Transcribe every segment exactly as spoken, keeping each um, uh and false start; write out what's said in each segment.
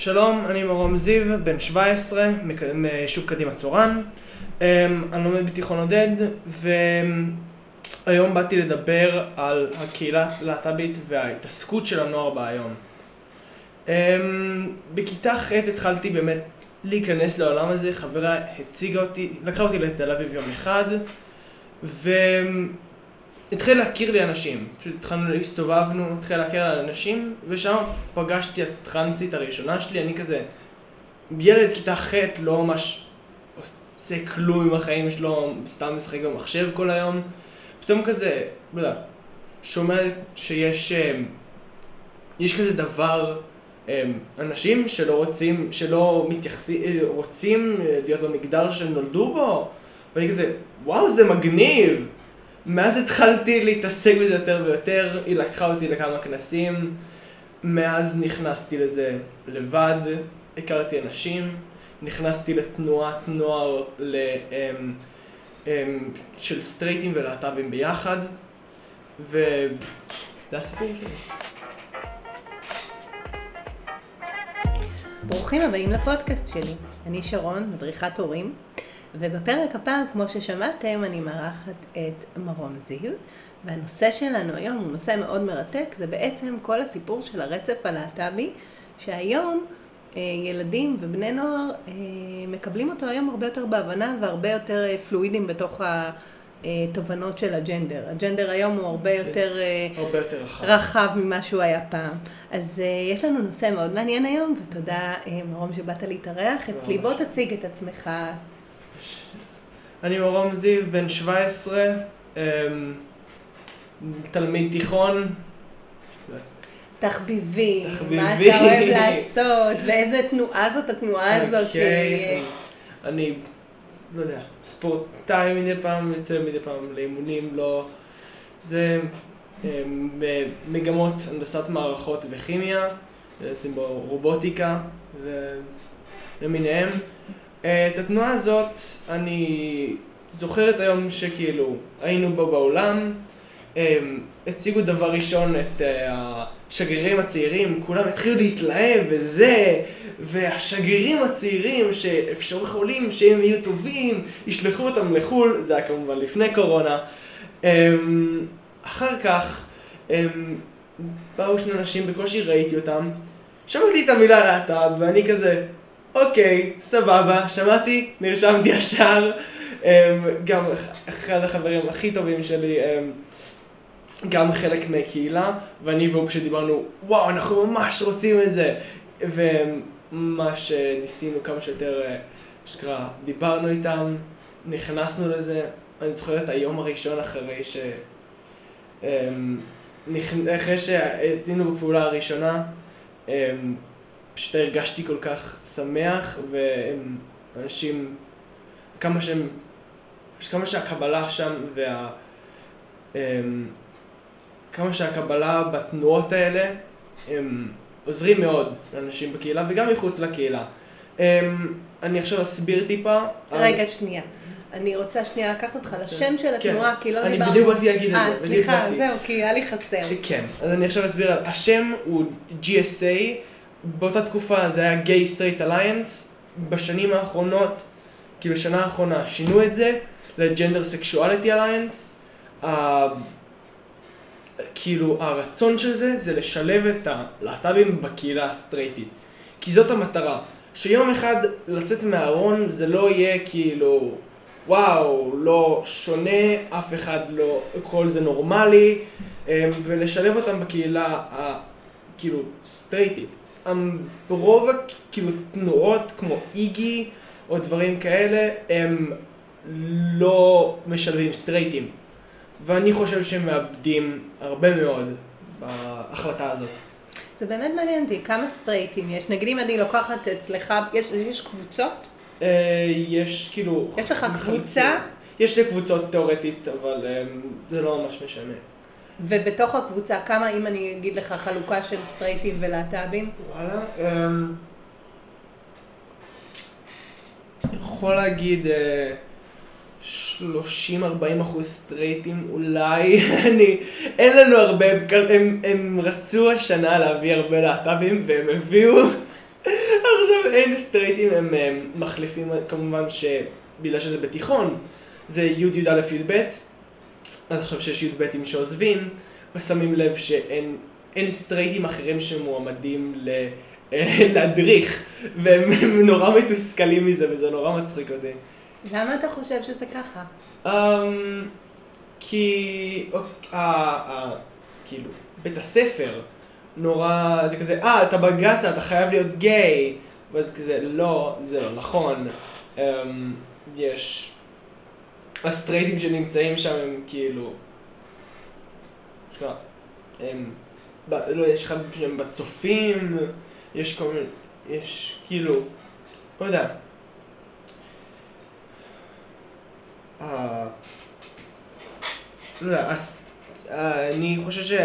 שלום, אני מרום זיו, בן שבע עשרה, משוב קדימה צורן. אני לומד בתיכון עודד, והיום באתי לדבר על הקהילה הלהט"בית וההתעסקות של הנוער בה היום. בכיתה ח' התחלתי באמת להיכנס לעולם הזה, חברה הציגה אותי, לקחה אותי לתל אביב יום אחד, והתחיל להכיר לי אנשים. פשוט התחלנו, הסתובבנו, התחיל להכיר על אנשים, ושם פגשתי את הטרנסית הראשונה שלי. אני כזה ילד כיתה ח' לא ממש עושה כלום עם החיים שלו, סתם משחק במחשב כל היום. פתאום כזה, לא יודע, שומע שיש יש כזה דבר, אנשים שלא רוצים, שלא מתייחסים, רוצים להיות במגדר שהם נולדו בו, ואני כזה, וואו, זה מגניב. מאז התחלתי להתעסק בזה יותר ויותר, היא לקחה אותי לכמה כנסים, מאז נכנסתי לזה לבד, הכרתי אנשים, נכנסתי לתנועת נוער ל, הם, הם, של סטרייטים ולהט"בים ביחד, וזה הסיפור שלי. ברוכים הבאים לפודקאסט שלי. אני שרון, מדריכת הורים, ובפרק הפעם, כמו ששמעתם, אני מארחת את מרום זיו, והנושא שלנו היום הוא נושא מאוד מרתק, זה בעצם כל הסיפור של הרצף הלהט"בי, שהיום ילדים ובני נוער מקבלים אותו היום הרבה יותר בהבנה והרבה יותר פלואידים בתוך התובנות של הג'נדר. הג'נדר היום הוא הרבה יותר, הרבה יותר רחב. רחב ממה שהוא היה פעם. אז יש לנו נושא מאוד מעניין היום, ותודה מרום שבאת להתארח אצלי. בוא תציג את עצמך. אני מרום זיו, בן שבע עשרה, תלמיד תיכון. תחביבים, מה אתה אוהב לעשות, ואיזה תנועה זאת התנועה הזאת ש... אני, לא יודע, ספורטאי מדי פעם, יוצא מדי פעם לאימונים, לא... זה מגמות הנדסת מערכות וכימיה, עושים בו רובוטיקה ולמיניהם. את התנועה הזאת אני זוכרת היום שכאילו היינו בו בעולם, הציגו דבר ראשון את השגרירים הצעירים, כולם התחילו להתלהב וזה, והשגרירים הצעירים שאפשר יכולים שהם יהיו טובים, ישלחו אותם לחול, זה היה כמובן לפני קורונה. אחר כך באו שני אנשים, בקושי ראיתי אותם, שמעתי את המילה להט"ב ואני כזה, אוקיי, סבבה, שמעתי, נרשמתי ישר. גם אחד החברים הכי טובים שלי, גם חלק מהקהילה, ואני והוא פשוט דיברנו, וואו, אנחנו ממש רוצים את זה. וממש ניסינו כמה שיותר, שקרה, דיברנו איתם, נכנסנו לזה. אני זוכר את היום הראשון אחרי ש... אחרי שהיינו בפעולה הראשונה, פשוט הרגשתי כל כך שמח, ואנשים, כמה שהם, כמה שהקבלה שם וה... כמה שהקבלה בתנועות האלה הם עוזרים מאוד לאנשים בקהילה וגם מחוץ לקהילה. אני עכשיו אסביר טיפה. רגע, שנייה. אני רוצה שנייה לקחת אותך לשם של התנועה, כי לא דיברנו. אני בדיוק באתי להגיד את זה. אה, סליחה, זהו, כי היה לי חסר. כן, אז אני עכשיו אסביר. השם הוא ג'י אס איי, באותה תקופה זה היה Gay Straight Alliance. בשנים האחרונות, כאילו בשנה האחרונה, שינו את זה ל-Gender Sexuality Alliance. כאילו הרצון של זה זה לשלב את הלהט"בים בקהילה הסטרייטית, כי זאת המטרה, שיום אחד לצאת מהארון זה לא יהיה כאילו וואו, לא שונה, אף אחד לא, כל זה נורמלי, ולשלב אותם בקהילה כאילו סטרייטית. רוב כאילו תנועות כמו איגי או דברים כאלה הם לא משלבים סטרייטים, ואני חושב שהם מאבדים הרבה מאוד בהחלטה הזאת. זה באמת מעניין אותי, כמה סטרייטים יש? נגיד אם אני לוקחת אצלך, יש, יש קבוצות? יש כאילו... יש לך קבוצה? יש לי קבוצות תיאורטית, אבל זה לא ממש משנה. ובתוך הקבוצה, כמה, אם אני אגיד לך, חלוקה של סטרייטים ולהט"בים? וואלה, אני יכול להגיד שלושים ארבעים אחוז סטרייטים אולי. אני, אין לנו הרבה, הם, הם רצו השנה להביא הרבה להט"בים והם הביאו עכשיו אין סטרייטים, הם מחליפים כמובן שבגלל שזה בתיכון, זה י' י' א' י' ב', אז עכשיו שיש י' ב' שעוזבים, ושמים לב שאין אין סטרייטים אחרים שמועמדים ל... להדריך, והם נורא מתוסכלים מזה, וזה נורא מצחיק אותי. למה אתה חושב שזה ככה? Um, כי, uh, uh, כאילו, בית הספר נורא, זה כזה, אה, אתה בגסה, אתה חייב להיות גיי, ואז כזה, לא, זה לא נכון. Um, יש, הסטרייטים שנמצאים שם הם כאילו, שכה, הם, ב, לא, יש אחד שהם בצופים, יש כל מיני, יש כאילו, לא יודע. לא יודע, אני חושב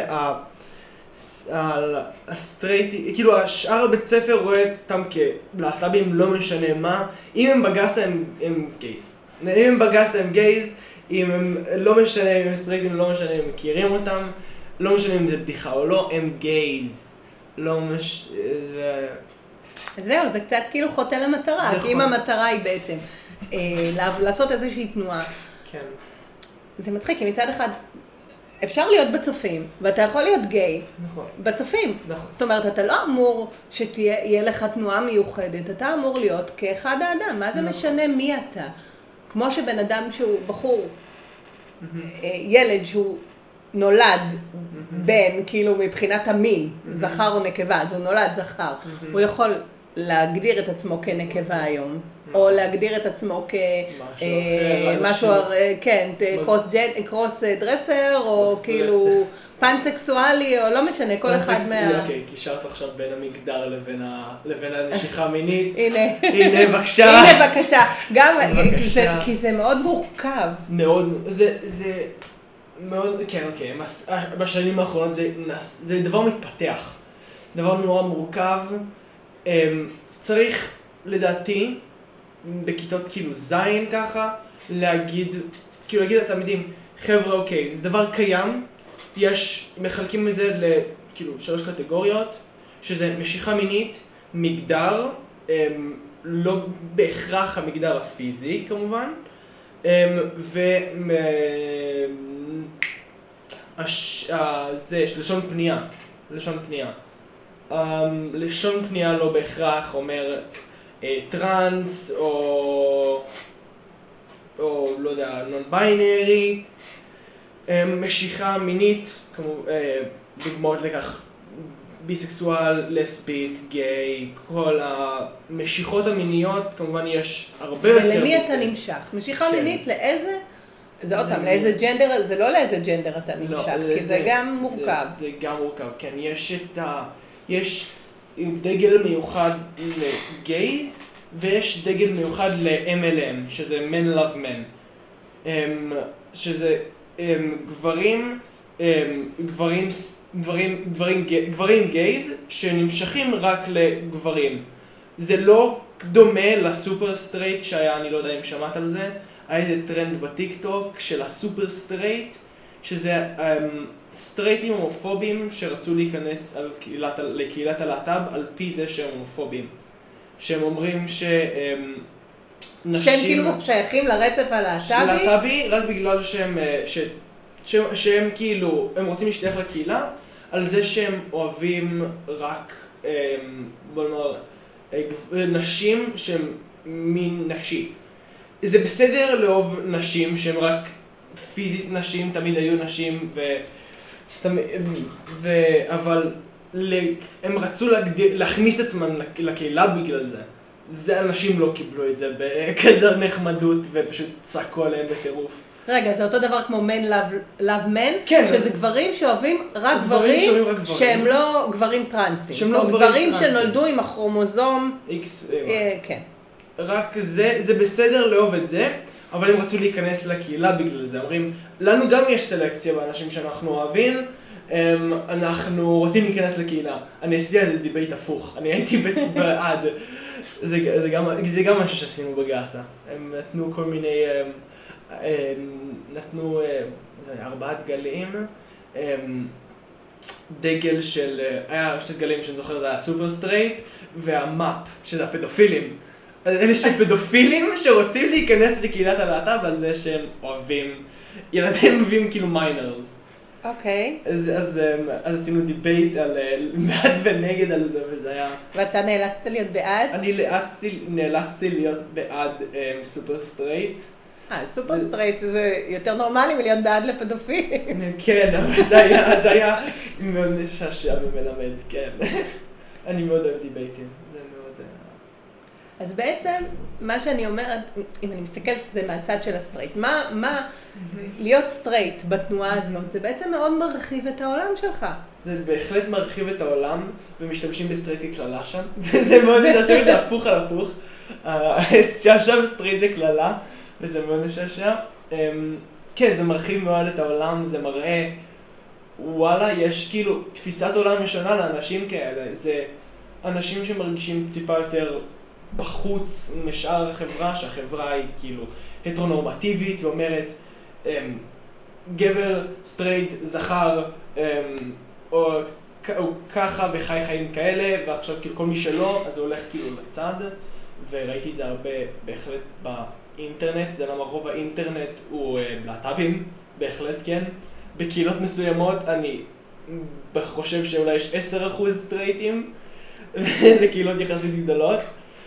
שהסטרייטי, כאילו השאר הבית ספר רואה אותם כלהט"בים, לא משנה מה, אם הם בגסה הם גייז. אם הם בגסה הם גייז, אם הם לא משנה, אם הם סטרייטים לא משנה, הם מכירים אותם, לא משנה אם זה בדיחה או לא, הם גייז. לא מש... זהו, זה קצת כאילו חוטא למטרה, כי אם המטרה היא בעצם לעשות איזושהי תנועה. כן. זה מצחיק, כי מצד אחד אפשר להיות בצופים, ואתה יכול להיות גיי. נכון. בצופים. נכון. זאת אומרת, אתה לא אמור שתהיה לך תנועה מיוחדת, אתה אמור להיות כאחד האדם. מה זה משנה מי אתה? כמו שבן אדם שהוא בחור, ילד שהוא נולד בן, כאילו מבחינת המין, זכר או נקבה, אז הוא נולד זכר. הוא יכול להגדיר את עצמו כנקבה היום, או להגדיר את עצמו כמשהו, כן, קרוס דרסר, או כאילו פנסקסואלי, או לא משנה, כל אחד מה... אוקיי, קישרת עכשיו בין המגדר לבין הנשיכה המינית. הנה. הנה, בבקשה. הנה, בבקשה. גם, כי זה מאוד מורכב. מאוד, זה מאוד, כן, אוקיי, בשנים האחרונות זה דבר מתפתח, דבר נורא מורכב. צריך, לדעתי, בכיתות כאילו זין ככה, להגיד, כאילו להגיד לתלמידים, חבר'ה, אוקיי, זה דבר קיים, יש, מחלקים את זה לכאילו שלוש קטגוריות, שזה משיכה מינית, מגדר, לא בהכרח המגדר הפיזי כמובן, ו... זה, יש לשון פנייה, לשון פנייה. Um, לשון פנייה לא בהכרח אומר uh, טרנס או, או לא יודע, נון ביינרי, um, משיכה מינית, כמו uh, דוגמאות לכך, ביסקסואל, לסבית, גיי, כל המשיכות המיניות, כמובן יש הרבה יותר. ולמי אתה נמשך? משיכה כן. מינית לאיזה? זה עוד פעם, לאיזה ג'נדר, זה לא לאיזה ג'נדר אתה נמשך, לא, כי זה, זה גם מורכב. זה, זה גם מורכב, כן, יש את ה... יש דגל מיוחד לגייז, ויש דגל מיוחד ל-אם אל אם, שזה Men Love Men. שזה גברים, גברים, גברים, גברים, גברים גייז שנמשכים רק לגברים. זה לא דומה לסופר סטרייט שהיה, אני לא יודע אם שמעת על זה, היה איזה טרנד בטיק-טוק של הסופר סטרייט, שזה סטרייטים הומופובים שרצו להיכנס על קהילת, לקהילת הלהט"ב על פי זה שהם הומופובים. שהם אומרים שהם נשים... שהם כאילו שייכים לרצף הלהט"בי? להט"בי, רק בגלל שהם, ש, ש, שהם כאילו, הם רוצים להשתייך לקהילה, על זה שהם אוהבים רק, בוא נאמר, נשים שהם מין נשי. זה בסדר לאהוב נשים שהם רק פיזית נשים, תמיד היו נשים ו... ו... אבל הם רצו להגדיר, להכניס עצמם לקהילה בגלל זה. זה אנשים לא קיבלו את זה בכזר נחמדות ופשוט צעקו עליהם בטירוף. רגע, זה אותו דבר כמו Men Love, love Men? כן. שזה גברים שאוהבים רק גברים, גברים, רק גברים שהם לא גברים טרנסים. שהם לא גברים, גברים טרנסים. שנולדו עם הכרומוזום. X, אה, כן. רק זה, זה בסדר לאהוב את זה, אבל הם רצו להיכנס לקהילה בגלל זה. אומרים, לנו גם יש סלקציה באנשים שאנחנו אוהבים, אנחנו רוצים להיכנס לקהילה. אני עשיתי על זה דיבייט הפוך, אני הייתי בעד. זה, זה, גם, זה גם משהו שעשינו בגאסה. הם נתנו כל מיני, נתנו ארבעה דגלים, דגל של, היה שתי דגלים שאני זוכר, זה היה סופר סטרייט, והמאפ, שזה הפדופילים. אלה שפדופילים שרוצים להיכנס לקהילת הלהט"ב על זה שהם אוהבים, ילדים אוהבים כאילו מיינרס. אוקיי. אז, אז, אז עשינו דיבייט על בעד ונגד על זה, וזה היה... ואתה נאלצת להיות בעד? אני נאלצתי, נאלצתי להיות בעד um, סופר סטרייט. אה, סופר סטרייט זה יותר נורמלי מלהיות בעד לפדופילים. כן, אבל זה היה, זה היה מאוד משעשע ומלמד, כן. אני מאוד אוהב דיבייטים, זה מאוד... אז בעצם, מה שאני אומרת, אם אני מסתכלת על זה מהצד של הסטרייט, מה, מה, להיות סטרייט בתנועה הזאת, זה בעצם מאוד מרחיב את העולם שלך. זה בהחלט מרחיב את העולם, ומשתמשים בסטרייט ככללה שם. זה מאוד משעשע, זה הפוך על הפוך. שם סטרייט זה כללה, וזה מאוד משעשע. כן, זה מרחיב מאוד את העולם, זה מראה, וואלה, יש כאילו תפיסת עולם משונה לאנשים כאלה. זה אנשים שמרגישים טיפה יותר בחוץ משאר החברה, שהחברה היא כאילו הטרונורמטיבית ואומרת גבר, סטרייט, זכר, או ככה וחי חיים כאלה, ועכשיו כאילו כל מי שלא, אז הוא הולך כאילו לצד, וראיתי את זה הרבה בהחלט באינטרנט, זה למה רוב האינטרנט הוא להט"בים, בהחלט כן. בקהילות מסוימות אני חושב שאולי יש עשרה אחוז סטרייטים, לקהילות יחסית גדולות.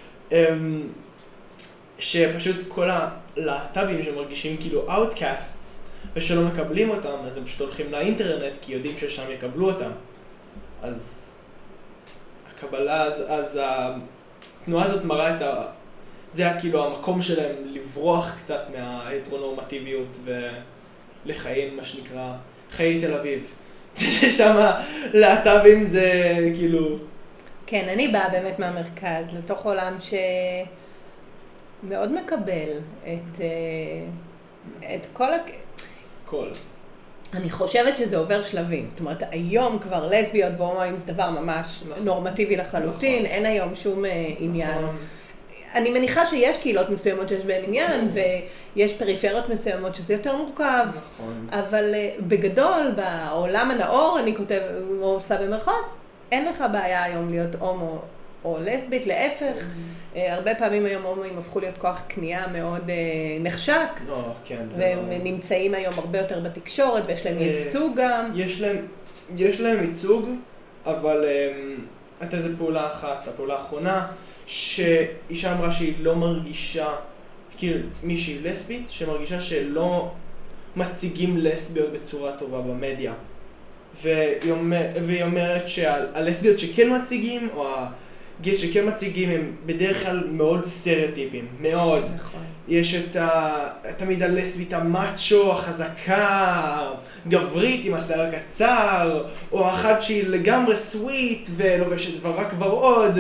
שפשוט כל הלהט"בים שמרגישים כאילו outcasts ושלא מקבלים אותם, אז הם פשוט הולכים לאינטרנט כי יודעים ששם יקבלו אותם. אז הקבלה, אז, אז התנועה הזאת מראה את ה... זה היה כאילו המקום שלהם לברוח קצת מההטרונורמטיביות ולחיים, מה שנקרא, חיי תל אביב. ששם להט"בים זה כאילו... כן, אני באה באמת מהמרכז, לתוך עולם שמאוד מקבל את, את כל... כל. אני חושבת שזה עובר שלבים. זאת אומרת, היום כבר לסביות והומואים זה דבר ממש נורמטיבי לחלוטין, נכון. אין היום שום עניין. נכון. אני מניחה שיש קהילות מסוימות שיש בהן עניין, ויש פריפריות מסוימות שזה יותר מורכב, נכון. אבל בגדול, בעולם הנאור, אני כותב, או עושה במרכאות, אין לך בעיה היום להיות הומו או לסבית, להפך. Mm-hmm. הרבה פעמים היום הומואים הפכו להיות כוח קנייה מאוד נחשק, oh, כן, והם לא... נמצאים היום הרבה יותר בתקשורת, ויש להם ייצוג גם. יש להם, יש להם ייצוג, אבל הייתה איזו פעולה אחת, הפעולה האחרונה, שאישה אמרה שהיא לא מרגישה, כאילו מישהי לסבית, שמרגישה שלא מציגים לסביות בצורה טובה במדיה. והיא אומרת שהלסביות שכן מציגים, או הגייז שכן מציגים, הם בדרך כלל מאוד סטריאוטיפים, מאוד. נכון. יש את ה... תמיד הלסבית המאצ'ו, החזקה, גברית עם השיער קצר, או אחת שהיא לגמרי סוויט ולובשת ורק ורוד,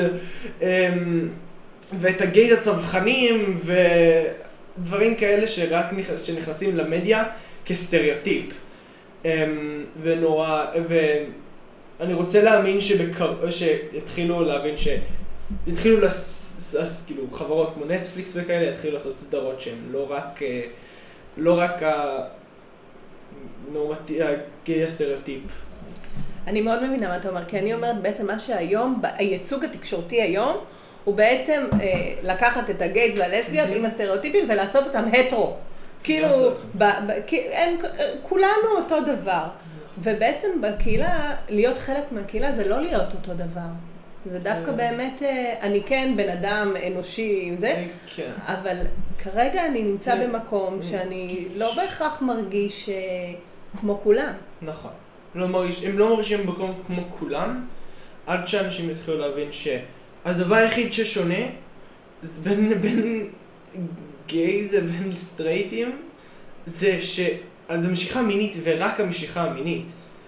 ואת הגייז הצווחנים ודברים כאלה שרק נכנס, שנכנסים למדיה כסטריאוטיפ. ונורא, ואני רוצה להאמין שבקר... שיתחילו להבין ש... יתחילו לס... כאילו חברות כמו נטפליקס וכאלה יתחילו לעשות סדרות שהן לא רק לא רק הנורמטיב, הסטריאוטיפ. אני מאוד מבינה מה אתה אומר, כי אני אומרת בעצם מה שהיום, הייצוג התקשורתי היום, הוא בעצם אה, לקחת את הגייז והלסביות עם הסטריאוטיפים ולעשות אותם הטרו. כאילו, ב, ב, אין, כולנו אותו דבר. ובעצם בקהילה, להיות חלק מהקהילה זה לא להיות אותו דבר. זה דווקא באמת, אני כן בן אדם אנושי עם זה, אבל כרגע אני נמצא במקום שאני לא בהכרח מרגיש כמו כולם. נכון. הם לא מרגישים במקום כמו כולם, עד שאנשים יתחילו להבין שהדבר היחיד ששונה, בין, בין גיי זה בין סטרייטים, זה ש... זה משיכה מינית ורק המשיכה המינית.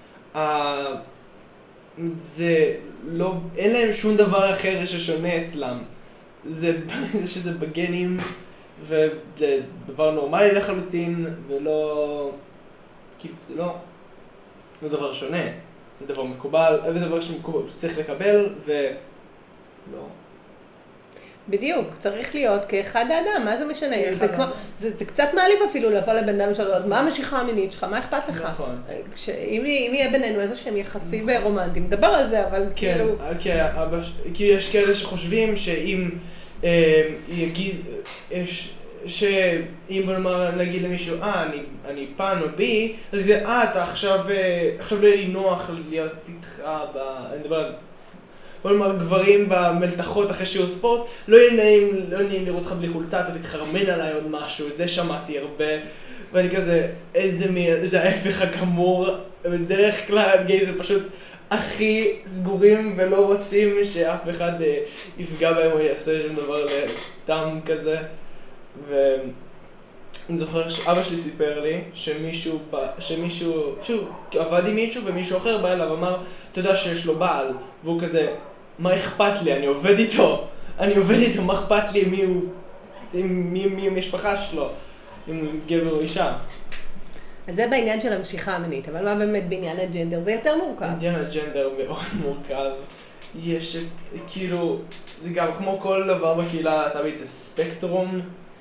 זה לא... אין להם שום דבר אחר ששונה אצלם. זה שזה בגנים, וזה דבר נורמלי לחלוטין, ולא... כאילו זה לא... זה דבר שונה. זה דבר מקובל, זה דבר שצריך לקבל, ולא... בדיוק, צריך להיות כאחד האדם, מה זה משנה? זה, כמו, זה, זה קצת מעליב אפילו לבוא לבן אדם שלו, אז מה המשיכה המינית שלך? מה אכפת לך? נכון. כש, אם, אם יהיה בינינו איזה שהם יחסים ורומנטיים, דבר על זה, אבל כן, כאילו... כן, כי יש כאלה שחושבים שאם אה, יגיד, יש... שאם בוא נאמר, נגיד למישהו, אה, אני, אני פן או בי, אז זה, אה, אתה עכשיו, עכשיו לא יהיה לי נוח להיות איתך ב... אני מדבר, בוא נאמר, גברים במלתחות אחרי שיעור ספורט, לא יהיה נעים, לא נעים לראות לך בלי חולצה, אתה תתחרמן עליי עוד משהו, זה שמעתי הרבה, ואני כזה, איזה מי, זה ההפך הגמור, בדרך כלל גיי זה פשוט הכי סגורים ולא רוצים שאף אחד אה, יפגע בהם או יעשה שום דבר לטעם כזה. ואני זוכר שאבא שלי סיפר לי שמישהו, שמישהו, שוב, עבד עם מישהו ומישהו אחר בא אליו ואמר, אתה יודע שיש לו בעל, והוא כזה, מה אכפת לי? אני עובד איתו, אני עובד איתו, מה אכפת לי מי הוא, מי, מי המשפחה שלו, אם הוא גבר או אישה. אז זה בעניין של המשיכה המינית, אבל מה באמת בעניין הג'נדר? זה יותר מורכב. בעניין הג'נדר מאוד מורכב. יש, כאילו, זה גם כמו כל דבר בקהילה הלהט"בית, זה ספקטרום.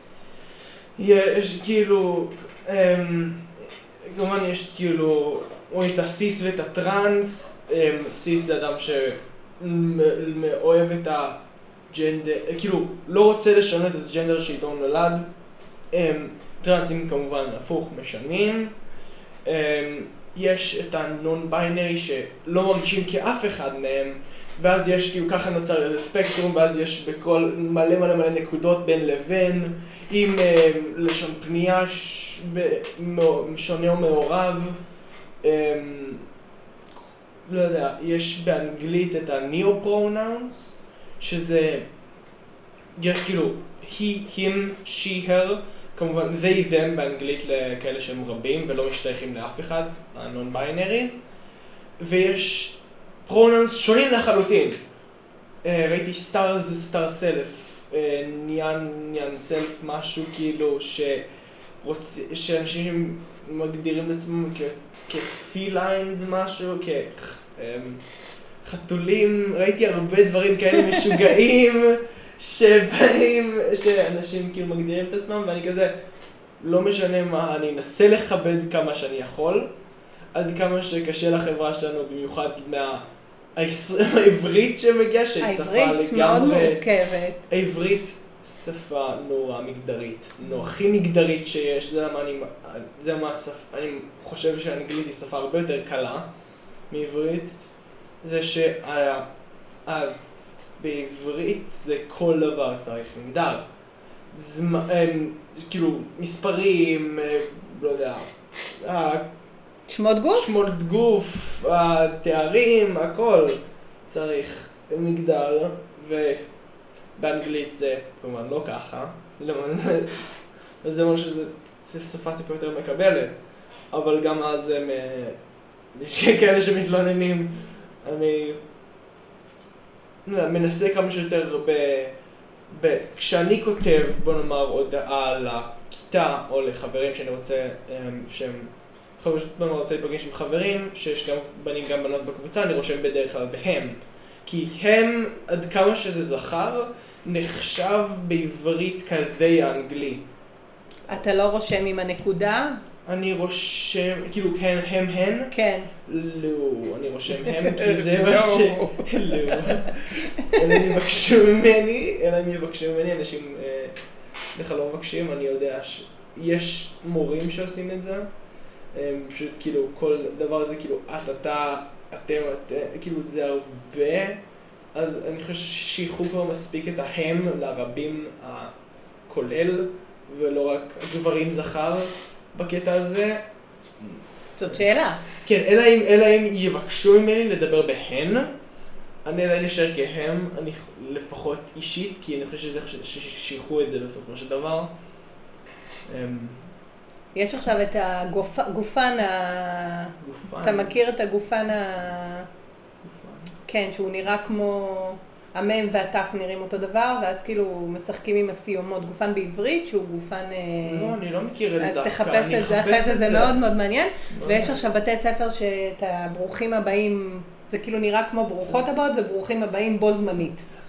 יש כאילו, אמ, כמובן יש כאילו, או את הסיס ואת הטרנס. אמ, סיס זה אדם שאוהב את הג'נדר, כאילו, לא רוצה לשנות את הג'נדר שאיתו הוא נולד. אמ, טרנסים כמובן הפוך משנים. אמ, יש את הנון ביינרי שלא מרגישים כאף אחד מהם, ואז יש כאילו ככה נוצר איזה ספקטרום, ואז יש בכל מלא מלא מלא נקודות בין לבין, עם אה, לשון פנייה ש... ב... שונה או מעורב. אה, לא יודע, יש באנגלית את ה-neo-pronouns, שזה, יש כאילו he, him, she, her, כמובן they, them באנגלית לכאלה שהם רבים ולא משתייכים לאף אחד, ה-non-binaries, ויש פרונאונס שונים לחלוטין. Uh, ראיתי stars, star self, ניאן, ניאן self, משהו כאילו שרוצ... שאנשים מגדירים לעצמם כ... כפיליינס משהו, כחתולים, ראיתי הרבה דברים כאלה משוגעים שבאים, שאנשים כאילו מגדירים את עצמם, ואני כזה, לא משנה מה, אני אנסה לכבד כמה שאני יכול, עד כמה שקשה לחברה שלנו, במיוחד מהעברית שמגיעה, שהיא שפה לגמרי... העברית מאוד מורכבת. העברית שפה נורא מגדרית, נורא הכי מגדרית שיש, זה למה אני, זה מה השפה, אני חושב שהאנגלית היא שפה הרבה יותר קלה מעברית, זה שה... בעברית זה כל דבר צריך מגדר. זמ... כאילו מספרים, לא יודע, שמות גוף? שמות גוף, התארים, הכל צריך מגדר, ובאנגלית זה כמובן לא ככה. זה אומר שזה שפה טיפה יותר מקבלת, אבל גם אז הם, יש כאלה שמתלוננים, אני מנסה כמה שיותר ב... ב... כשאני כותב, בוא נאמר, הודעה לכיתה או לחברים שאני רוצה, שהם בוא נאמר, רוצה להיפגש עם חברים, שיש גם בנים גם בנות בקבוצה, אני רושם בדרך כלל בהם. כי הם, עד כמה שזה זכר, נחשב בעברית כזה האנגלי. אתה לא רושם עם הנקודה? אני רושם, כאילו, הם, הם, הן? כן. לא, אני רושם הם, כי זה מה ש... לא. אלא הם יבקשו ממני, אלא הם יבקשו ממני, אנשים לך לא מבקשים, אני יודע שיש מורים שעושים את זה. פשוט כאילו, כל דבר הזה, כאילו, את, אתה, אתם, אתם, כאילו, זה הרבה. אז אני חושב ששייכו כבר מספיק את ההם לרבים הכולל, ולא רק גברים זכר. בקטע הזה. זאת שאלה. כן, אלא אם, אלא אם יבקשו ממני לדבר בהן, אני עדיין אשאר כהם, אני לפחות אישית, כי אני חושב ששייכו את זה בסופו של דבר. יש עכשיו את הגופן ה... גופן. אתה מכיר את הגופן ה... גופן. כן, שהוא נראה כמו... המם והטף נראים אותו דבר, ואז כאילו משחקים עם הסיומות, גופן בעברית, שהוא גופן... לא, אני לא מכיר את זה דווקא. אז תחפש את זה, אחרי זה, זה מאוד מאוד מעניין. ויש עכשיו בתי ספר שאת הברוכים הבאים, זה כאילו נראה כמו ברוכות הבאות, וברוכים הבאים בו זמנית.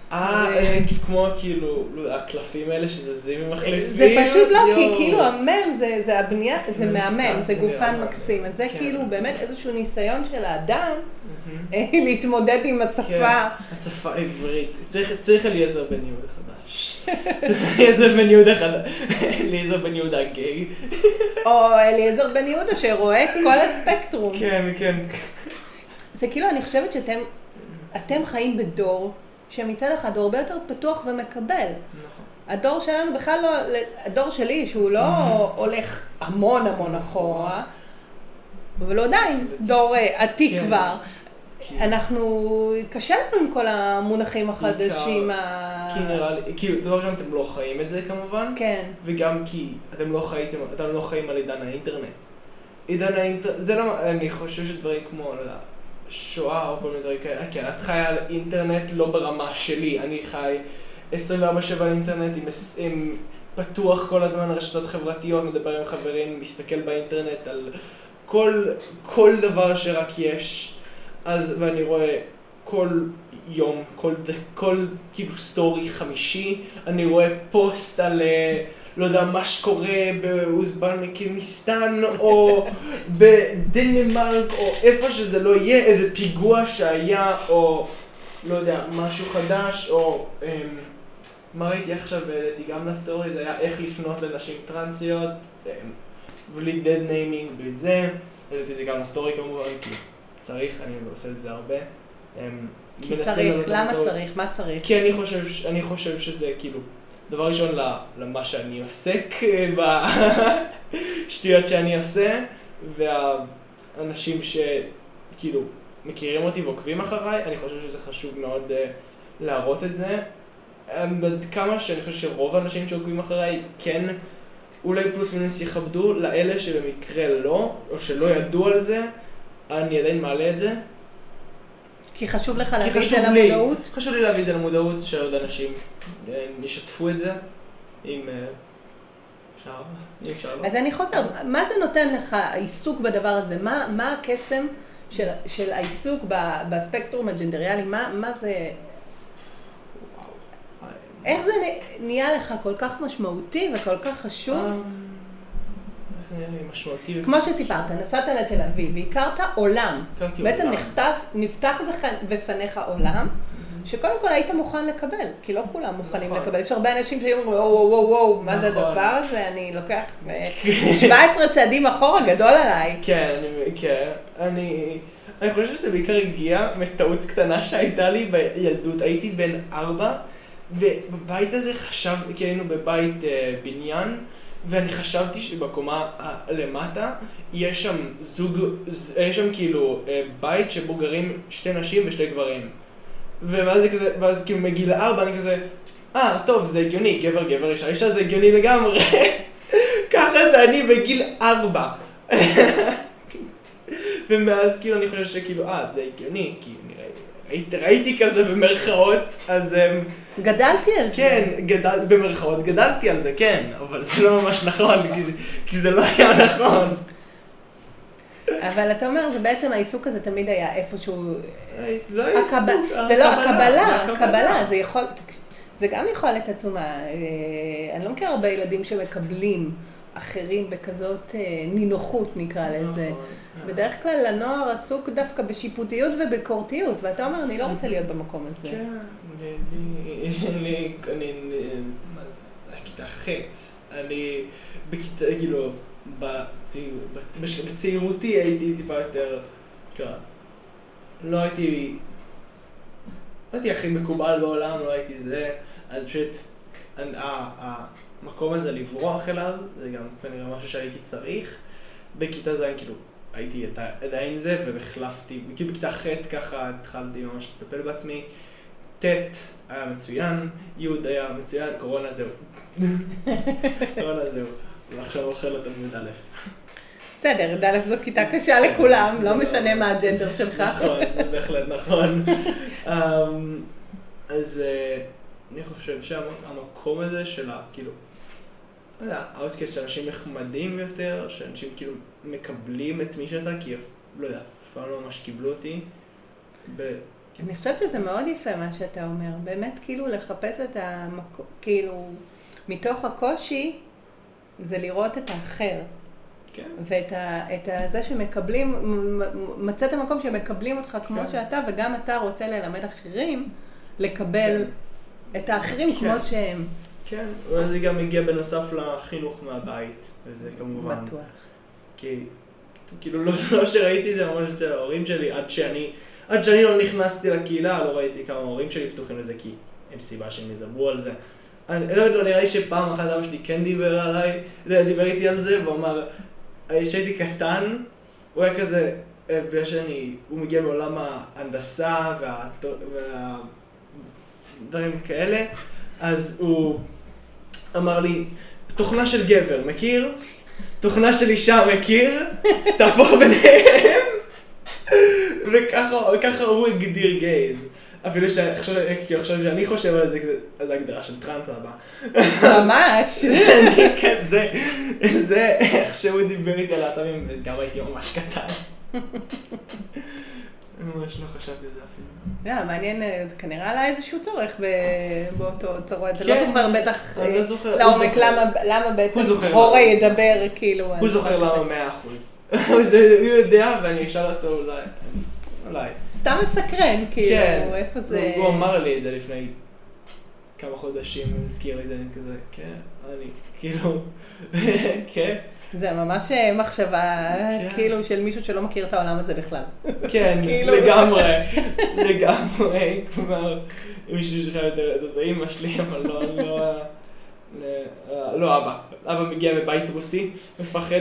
אה, כמו כאילו, הקלפים האלה שזזים עם מחליפים. זה פשוט לא, כי כאילו המם זה הבנייה, זה מהמם, זה גופן מקסים. אז זה כאילו באמת איזשהו ניסיון של האדם להתמודד עם השפה. השפה העברית. צריך אליעזר בן יהודה חדש. אליעזר בן יהודה חדש. אליעזר בן יהודה גיי. או אליעזר בן יהודה שרואה את כל הספקטרום. כן, כן. זה כאילו, אני חושבת שאתם אתם חיים בדור שמצד אחד הוא הרבה יותר פתוח ומקבל. נכון. הדור שלנו בכלל לא, הדור שלי שהוא לא הולך המון המון אחורה, אבל עדיין דור עתיק כבר. אנחנו, קשה לנו עם כל המונחים החדשים. כי נראה לי, כאילו, דבר ראשון אתם לא חיים את זה כמובן. כן. וגם כי אתם לא חייתם, אתם לא חיים על עידן האינטרנט. עידן האינטרנט, זה לא, אני חושב שדברים כמו, לא יודע, שואה או כל מיני דברים כאלה, כן, את חיה על אינטרנט לא ברמה שלי, אני חי עשרים וארבע שבע על אינטרנט, עם, עם פתוח כל הזמן רשתות חברתיות, מדבר עם חברים, מסתכל באינטרנט על כל, כל דבר שרק יש, אז, ואני רואה כל יום, כל, כל כאילו סטורי חמישי, אני רואה פוסט על לא יודע מה שקורה באוזבקיסטן או בדנמרק או איפה שזה לא יהיה, איזה פיגוע שהיה או לא יודע, משהו חדש או אמ, מה ראיתי עכשיו והעליתי גם לסטורי, זה היה איך לפנות לנשים טרנסיות אמ, בלי dead naming, בלי זה, העליתי זה גם לסטורי כמובן כי צריך, אני עושה את זה הרבה. אמ, כי צריך, למה צריך? מה צריך? כי אני חושב, אני חושב שזה כאילו דבר ראשון למה שאני עוסק בשטויות שאני עושה, והאנשים שכאילו מכירים אותי ועוקבים אחריי, אני חושב שזה חשוב מאוד להראות את זה. כמה שאני חושב שרוב האנשים שעוקבים אחריי כן אולי פלוס מינוס יכבדו, לאלה שבמקרה לא, או שלא ידעו על זה, אני עדיין מעלה את זה. כי חשוב לך להביא את זה למודעות? חשוב לי להביא את זה למודעות, שעוד אנשים ישתפו את זה, אם אפשר, אם אפשר לא. אז אני חוזרת, מה זה נותן לך העיסוק בדבר הזה? מה, מה הקסם של, של העיסוק בספקטרום הג'נדריאלי? מה, מה זה... איך זה נהיה לך כל כך משמעותי וכל כך חשוב? משמעותי. כמו שסיפרת, נסעת לתל אביב והכרת עולם. בעצם נחטף, נפתח בפניך עולם, שקודם כל היית מוכן לקבל, כי לא כולם מוכנים לקבל. יש הרבה אנשים שאומרים, וואו, וואו, וואו, וואו, מה זה הדבר הזה? אני לוקח שבע עשרה צעדים אחורה, גדול עליי. כן, כן. אני... אני חושב שזה בעיקר הגיע מטעות קטנה שהייתה לי בילדות. הייתי בן ארבע, ובבית הזה חשב, כי היינו בבית בניין, ואני חשבתי שבקומה למטה יש שם זוג, יש שם כאילו בית שבו גרים שתי נשים ושתי גברים. ואז זה כזה, ואז כאילו מגיל ארבע אני כזה, אה, טוב, זה הגיוני, גבר, גבר, אישה, אישה זה הגיוני לגמרי. ככה זה אני בגיל ארבע. ומאז כאילו אני חושב שכאילו, אה, זה הגיוני, כי ראיתי, ראיתי כזה במרכאות, אז... גדלתי על זה. כן, גדל, במרכאות גדלתי על זה, כן, אבל זה לא ממש נכון, כי זה, כי זה לא היה נכון. אבל אתה אומר, זה בעצם העיסוק הזה תמיד היה איפשהו... זה לא העיסוק, זה לא, הקבלה, הקבלה, זה יכול... זה גם יכולת עצומה. אני לא מכיר הרבה ילדים שמקבלים אחרים בכזאת נינוחות, נקרא לזה. בדרך כלל הנוער עסוק דווקא בשיפוטיות וביקורתיות, ואתה אומר, אני לא רוצה להיות במקום הזה. כן, אני... אני... מה זה? בכיתה ח' אני... בכיתה, כאילו... בצעירותי הייתי טיפה יותר... לא הייתי... לא הייתי הכי מקובל בעולם, לא הייתי זה, אז פשוט... המקום הזה לברוח אליו, זה גם כנראה משהו שהייתי צריך. בכיתה ז' כאילו הייתי עדיין זה ובחלפתי, כאילו בכיתה ח' ככה התחלתי ממש לטפל בעצמי. ט' היה מצוין, י' היה מצוין, קורונה זהו. קורונה זהו, ועכשיו אוכל אותם י' א'. בסדר, י' א' זו כיתה קשה לכולם, לא משנה מה הג'נדר שלך. נכון, זה בהחלט נכון. אז אני חושב שהמקום הזה של כאילו, לא יודע, האוטקאסט שאנשים נחמדים יותר, שאנשים כאילו מקבלים את מי שאתה, כי לא יודע, אף פעם לא ממש קיבלו אותי. אני חושבת שזה מאוד יפה מה שאתה אומר, באמת כאילו לחפש את המקום, כאילו מתוך הקושי זה לראות את האחר. כן. ואת ה, את ה, זה שמקבלים, מצאת המקום שמקבלים אותך כמו כן. שאתה, וגם אתה רוצה ללמד אחרים, לקבל כן. את האחרים כן. כמו שהם. כן, וזה גם מגיע בנוסף לחינוך מהבית, וזה כמובן. בטוח. כי, כאילו, לא, לא שראיתי זה ממש אצל ההורים שלי, עד שאני, עד שאני לא נכנסתי לקהילה, לא ראיתי כמה ההורים שלי פתוחים לזה, כי אין סיבה שהם ידברו על זה. אני לא נראה לי שפעם אחת אבא שלי כן דיבר עליי, דיבר איתי על זה, והוא אמר, כשהייתי קטן, הוא היה כזה, בגלל שאני, הוא מגיע מעולם ההנדסה והדברים כאלה, אז הוא אמר לי, תוכנה של גבר, מכיר? תוכנה של אישה, מכיר? תהפוך ביניהם. וככה הוא הגדיר גייז. אפילו שעכשיו שאני חושב על זה, זה הגדרה של טרנס הבא. ממש. אני כזה, זה איך שהוא דיבר איתי על האטמים, וגם הייתי ממש קטן. ממש לא חשבתי על זה אפילו. לא, מעניין, זה כנראה עלה איזשהו צורך באותו צורות. אתה לא זוכר בטח לעומק, למה בעצם הורה ידבר כאילו. הוא זוכר למה מאה אחוז. הוא יודע ואני אשאל אותו אולי. אולי. סתם מסקרן, כאילו, איפה זה... הוא אמר לי את זה לפני כמה חודשים, הוא הזכיר לי את זה, אני כזה, כן, אני, כאילו, כן. זה ממש מחשבה, כאילו, של מישהו שלא מכיר את העולם הזה בכלל. כן, לגמרי, לגמרי, כלומר, מישהו שחייב יותר, זה אמא שלי, אבל לא, לא, לא אבא. אבא מגיע מבית רוסי, מפחד,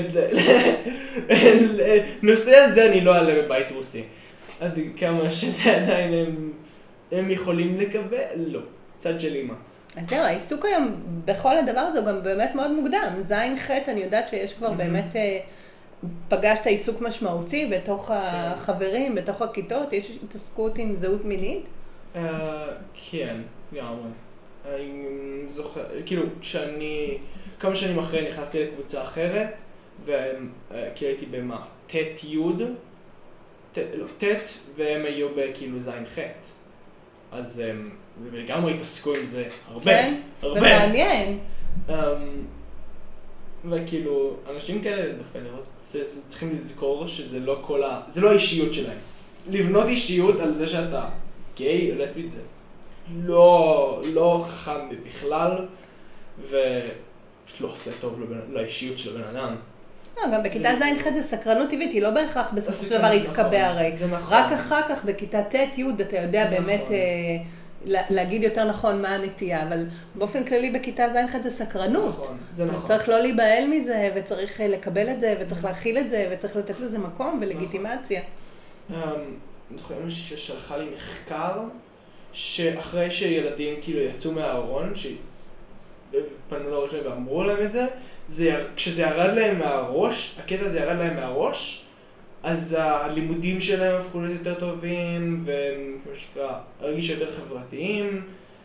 נושא הזה אני לא אעלה בבית רוסי. עד כמה שזה עדיין הם, הם יכולים לקבל? לא. צד של אמא. אז זהו, העיסוק היום בכל הדבר הזה הוא גם באמת מאוד מוקדם. זין חטא, אני יודעת שיש כבר באמת, פגשת עיסוק משמעותי בתוך החברים, בתוך הכיתות, יש התעסקות עם זהות מינית? כן, לגמרי. אני זוכר, כאילו, כשאני, כמה שנים אחרי נכנסתי לקבוצה אחרת, וכי הייתי במה? תת יוד, לא, תת, והם היו בכאילו זין חטא. אז הם לגמרי התעסקו עם זה הרבה, כן? הרבה. זה מעניין. Um, וכאילו, אנשים כאלה דווקא נראות, צריכים לזכור שזה לא כל ה... זה לא האישיות שלהם. לבנות אישיות על זה שאתה גיי או לסבית זה לא, לא חכם בכלל, ופשוט לא עושה טוב לבן, לאישיות של הבן אדם. לא, גם בכיתה זין ח' זה סקרנות טבעית, היא לא בהכרח בסופו של דבר יתקבע הרי. רק אחר כך בכיתה ט' י' אתה יודע באמת להגיד יותר נכון מה הנטייה, אבל באופן כללי בכיתה זין ח' זה סקרנות. נכון, זה נכון. צריך לא להיבהל מזה, וצריך לקבל את זה, וצריך להכיל את זה, וצריך לתת לזה מקום ולגיטימציה. אני זוכר מישהי ששלחה לי מחקר, שאחרי שילדים כאילו יצאו מהארון, שפנו לראש להם ואמרו להם את זה, זה, כשזה ירד להם מהראש, הקטע הזה ירד להם מהראש, אז הלימודים שלהם הפכו להיות יותר טובים, והם כמו שקרה, הרגיש יותר חברתיים.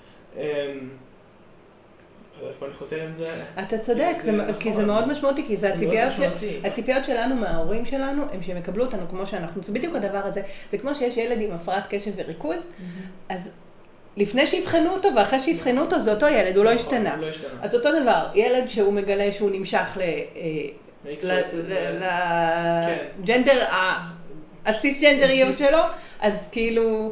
איפה אני חוטא עם זה? אתה צודק, כי זה מאוד משמעותי, כי זה הציפיות שלנו מההורים שלנו, הם שהם יקבלו אותנו כמו שאנחנו. זה בדיוק הדבר הזה, זה כמו שיש ילד עם הפרעת קשב וריכוז, אז לפני שיבחנו אותו ואחרי שיבחנו אותו זה אותו ילד, הוא לא השתנה. אז אותו דבר, ילד שהוא מגלה שהוא נמשך לג'נדר, הסיס-ג'נדריות שלו, אז כאילו,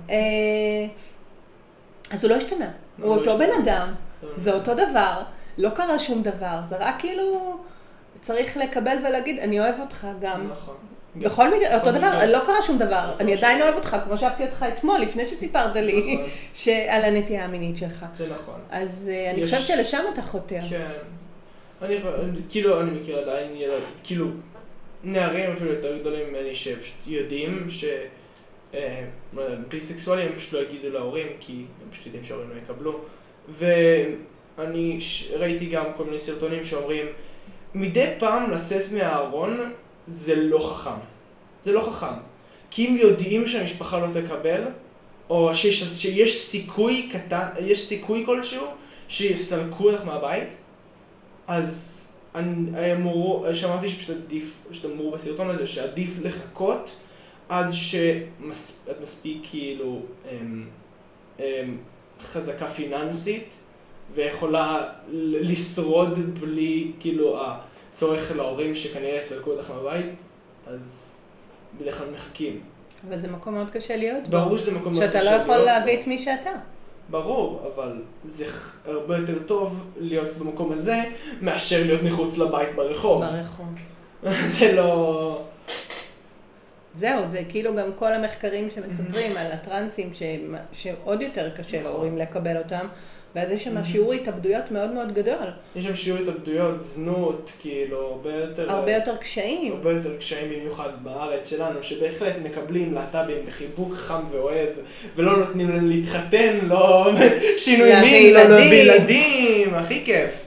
אז הוא לא השתנה. הוא אותו בן אדם, זה אותו דבר, לא קרה שום דבר, זה רק כאילו צריך לקבל ולהגיד, אני אוהב אותך גם. בכל מקרה, אותו דבר, לא קרה שום דבר, אני עדיין אוהב אותך, כמו שאהבתי אותך אתמול, לפני שסיפרת לי על הנטייה המינית שלך. זה נכון. אז אני חושבת שלשם אתה חותר. כן. כאילו, אני מכיר עדיין ילד, כאילו, נערים אפילו יותר גדולים ממני שפשוט יודעים ש... ביסקסואלים הם פשוט לא יגידו להורים, כי הם פשוט יודעים שההורים לא יקבלו. ואני ראיתי גם כל מיני סרטונים שאומרים, מדי פעם לצאת מהארון, זה לא חכם. זה לא חכם. כי אם יודעים שהמשפחה לא תקבל, או שיש, שיש סיכוי קטן, יש סיכוי כלשהו שיסלקו אותך מהבית, אז אני אמרו, שמעתי שפשוט עדיף, פשוט אמרו בסרטון הזה שעדיף לחכות, עד שאת מספיק כאילו אמ, אמ, חזקה פיננסית ויכולה לשרוד בלי כאילו הצורך להורים שכנראה יסלקו אותך מהבית, אז בדרך כלל מחכים. אבל זה מקום מאוד קשה להיות בו. ברור שזה מקום מאוד קשה להיות בו. שאתה לא יכול להביא את מי שאתה. ברור, אבל זה הרבה יותר טוב להיות במקום הזה מאשר להיות מחוץ לבית ברחוב. ברחוב. זה לא... זהו, זה כאילו גם כל המחקרים שמספרים על הטרנסים שעוד יותר קשה להורים לקבל אותם, ואז יש שם שיעור התאבדויות מאוד מאוד גדול. יש שם שיעור התאבדויות, זנות, כאילו, הרבה יותר... הרבה יותר קשיים. הרבה יותר קשיים במיוחד בארץ שלנו, שבהחלט מקבלים להט"בים בחיבוק חם ואוהב, ולא נותנים להם להתחתן, לא שינוי מין, לא להביא ילדים, הכי כיף.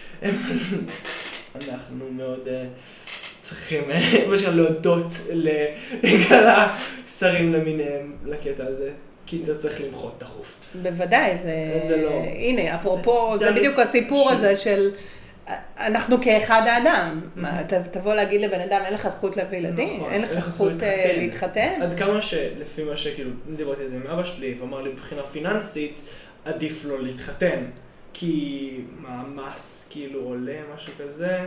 אנחנו מאוד צריכים, מה שקרה, להודות לגל השרים למיניהם לקטע הזה. כי זה צריך למחות תחוף. בוודאי, זה... זה לא... הנה, אפרופו, זה בדיוק הסיפור הזה של... אנחנו כאחד האדם. תבוא להגיד לבן אדם, אין לך זכות להביא ילדים? אין לך זכות להתחתן? עד כמה שלפי מה שכאילו, דיברתי על זה עם אבא שלי, ואמר לי מבחינה פיננסית, עדיף לו להתחתן. כי המס כאילו עולה, משהו כזה,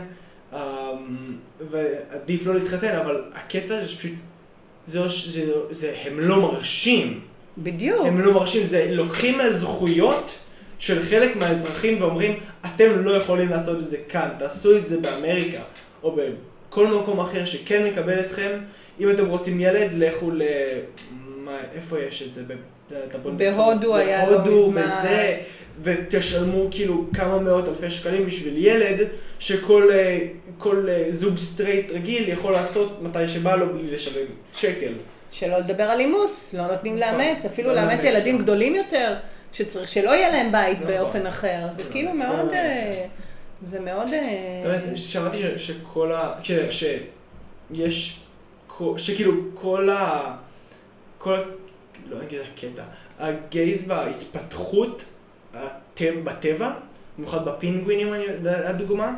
ועדיף לו להתחתן, אבל הקטע זה שפשוט... זה הם לא מרשים. בדיוק. הם לא מרשים, זה לוקחים מהזכויות של חלק מהאזרחים ואומרים, אתם לא יכולים לעשות את זה כאן, תעשו את זה באמריקה, או בכל מקום אחר שכן מקבל אתכם. אם אתם רוצים ילד, לכו ל... מה, איפה יש את זה? בהודו היה לא מזמן. בזה, ותשלמו כאילו כמה מאות אלפי שקלים בשביל ילד, שכל כל זוג סטרייט רגיל יכול לעשות מתי שבא לו בלי לשלם שקל. שלא לדבר על אימוץ, לא נותנים לאמץ, אפילו לאמץ ילדים גדולים יותר, שצריך שלא יהיה להם בית באופן אחר. זה כאילו מאוד, זה מאוד... שמעתי שכל ה... שיש, שכאילו כל ה... כל ה... לא נגיד הקטע, הגייז בהתפתחות בטבע, במיוחד בפינגווינים הדוגמה,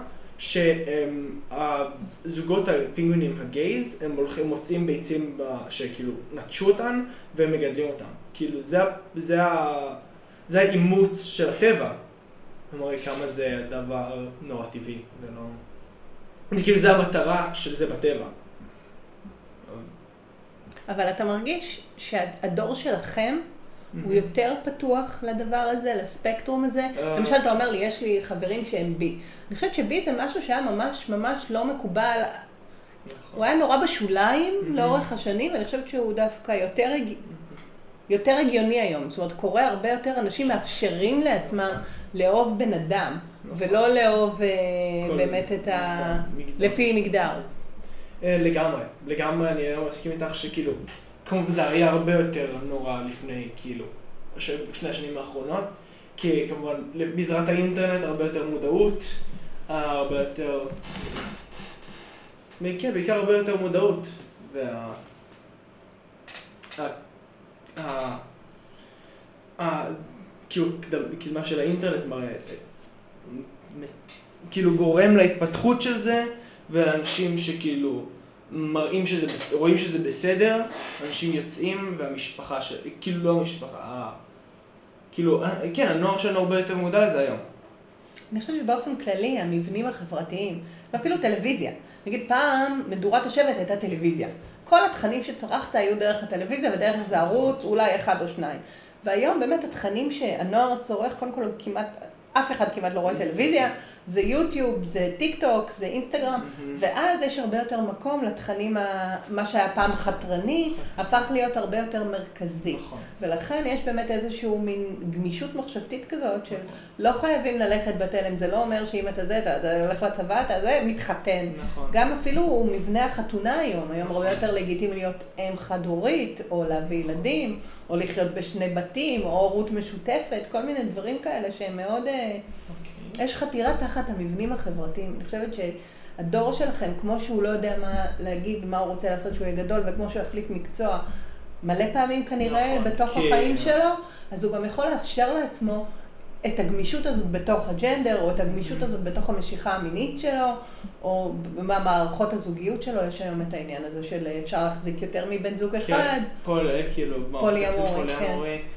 שהזוגות הפינגווינים הגייז, הם הולכים, מוצאים ביצים שכאילו נטשו אותן והם מגדלים אותן. כאילו זה, זה, זה האימוץ של הטבע. כלומר, כמה זה דבר נורא טבעי. זה לא... כאילו זה המטרה של זה בטבע. אבל אתה מרגיש שהדור שלכם הוא יותר פתוח לדבר הזה, לספקטרום הזה. למשל, אתה אומר לי, יש לי חברים שהם בי. אני חושבת שבי זה משהו שהיה ממש ממש לא מקובל. הוא היה נורא בשוליים לאורך השנים, ואני חושבת שהוא דווקא יותר יותר הגיוני היום. זאת אומרת, קורה הרבה יותר, אנשים מאפשרים לעצמם לאהוב בן אדם, ולא לאהוב באמת את ה... לפי מגדר. לגמרי, לגמרי אני מסכים איתך שכאילו, כמו זה היה הרבה יותר נורא לפני, כאילו, לפני השנים האחרונות, כי כמובן, בעזרת האינטרנט הרבה יותר מודעות, הרבה יותר, כן, בעיקר הרבה יותר מודעות, וה... כאילו, קדמה של האינטרנט מראה, כאילו גורם להתפתחות של זה, ואנשים שכאילו מראים שזה, רואים שזה בסדר, אנשים יוצאים והמשפחה של, כאילו לא המשפחה, כאילו, כן, הנוער שלנו הרבה יותר מודע לזה היום. אני חושבת שבאופן כללי, המבנים החברתיים, ואפילו טלוויזיה, נגיד פעם מדורת השבט הייתה טלוויזיה. כל התכנים שצרכת היו דרך הטלוויזיה ודרך זה ערוץ, אולי אחד או שניים. והיום באמת התכנים שהנוער צורך, קודם כל כמעט, אף אחד כמעט לא רואה טלוויזיה, זה יוטיוב, זה טיק טוק, זה אינסטגרם, ואז יש הרבה יותר מקום לתכנים, מה שהיה פעם חתרני, הפך להיות הרבה יותר מרכזי. ולכן יש באמת איזשהו מין גמישות מחשבתית כזאת, של לא חייבים ללכת בתלם, זה לא אומר שאם אתה זה, אתה הולך לצבא, אתה זה, מתחתן. גם אפילו מבנה החתונה היום, היום הרבה יותר לגיטימי להיות אם חד-הורית, או להביא ילדים, או לחיות בשני בתים, או הורות משותפת, כל מיני דברים כאלה שהם מאוד... יש חתירה תחת המבנים החברתיים. אני חושבת שהדור שלכם, כמו שהוא לא יודע מה להגיד, מה הוא רוצה לעשות שהוא יהיה גדול, וכמו שהוא יחליף מקצוע מלא פעמים כנראה בתוך החיים שלו, אז הוא גם יכול לאפשר לעצמו את הגמישות הזאת בתוך הג'נדר, או את הגמישות הזאת בתוך המשיכה המינית שלו, או במערכות הזוגיות שלו, יש היום את העניין הזה של אפשר להחזיק יותר מבן זוג אחד. פול, כאילו, פוליאמורי, כן.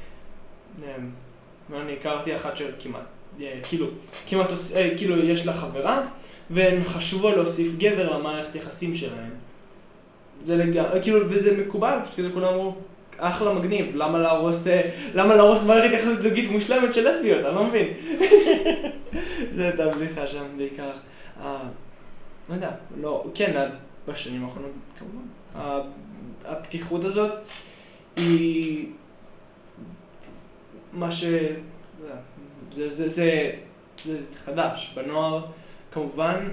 אני הכרתי אחת של כמעט, כאילו, כמעט, כאילו יש לה חברה, והן חשבו להוסיף גבר למערכת יחסים שלהם. זה לגמרי, כאילו, וזה מקובל, פשוט כזה כולם אמרו, אחלה מגניב, למה להרוס, למה להרוס מערכת יחסית זוגית מושלמת של לסביות, אני לא מבין. זה הייתה בדיחה שם בעיקר. לא יודע, לא, כן, בשנים האחרונות, כמובן. הפתיחות הזאת היא מה ש... זה, זה, זה, זה חדש. בנוער, כמובן,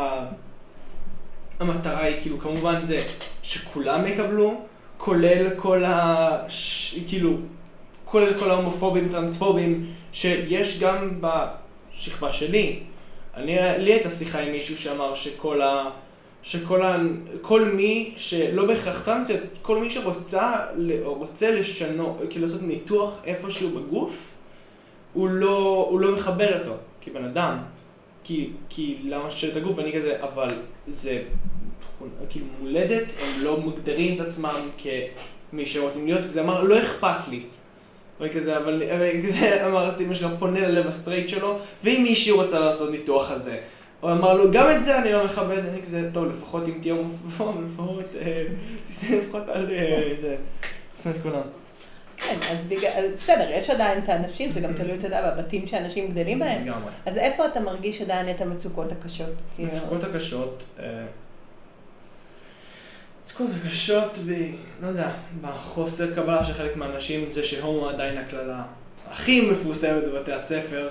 המטרה היא, כאילו, כמובן זה שכולם יקבלו, כולל כל ה... ש... כאילו, כולל כל ההומופובים, טרנספובים, שיש גם בשכבה שלי. אני, לי הייתה שיחה עם מישהו שאמר שכל ה... שכל ה... כל מי שלא בהכרח טרנסית, כל מי שרוצה רוצה לשנות, כאילו לעשות ניתוח איפשהו בגוף, הוא לא, הוא לא מחבר אותו, כבן אדם. כי, כי למה שאת הגוף, אני כזה, אבל זה... כאילו מולדת, הם לא מוגדרים את עצמם כמי שרוצים להיות, וזה אמר, לא אכפת לי. וכזה, אבל, אבל כזה אמרתי, אמא שלו פונה ללב הסטרייט שלו, ואם מישהי רוצה לעשות ניתוח הזה, הוא אמר לו, גם את זה אני לא מכבד, אני כזה, טוב, לפחות אם תהיה הומופוב, לפחות, תסתכל לפחות על זה, תסתכל את כולם. כן, אז בסדר, יש עדיין את האנשים, זה גם תלוי, אתה יודע, בבתים שאנשים גדלים בהם. אז איפה אתה מרגיש עדיין את המצוקות הקשות? המצוקות הקשות, המצוקות הקשות, לא יודע, בחוסר קבלה של חלק מהאנשים, זה שהומו עדיין הכללה הכי מפורסמת בבתי הספר.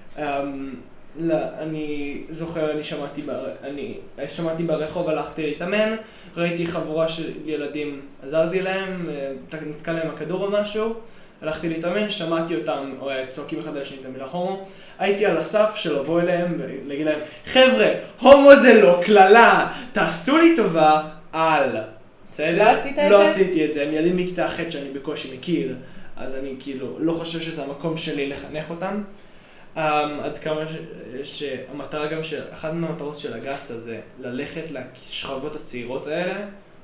אני זוכר, אני שמעתי, אני שמעתי ברחוב, הלכתי להתאמן, ראיתי חבורה של ילדים, עזרתי להם, נתקע להם הכדור או משהו, הלכתי להתאמן, שמעתי אותם, או צועקים אחד על השני את המילה הומו, הייתי על הסף של לבוא אליהם ולהגיד להם, חבר'ה, הומו זה לא כללה, תעשו לי טובה, על. לא עשית את זה? לא עשיתי את זה, הם ילדים מכיתה אחת שאני בקושי מכיר, אז אני כאילו לא חושב שזה המקום שלי לחנך אותם. Um, עד כמה ש... שהמטרה גם של, אחת מהמטרות של הגס הזה, ללכת לשכבות הצעירות האלה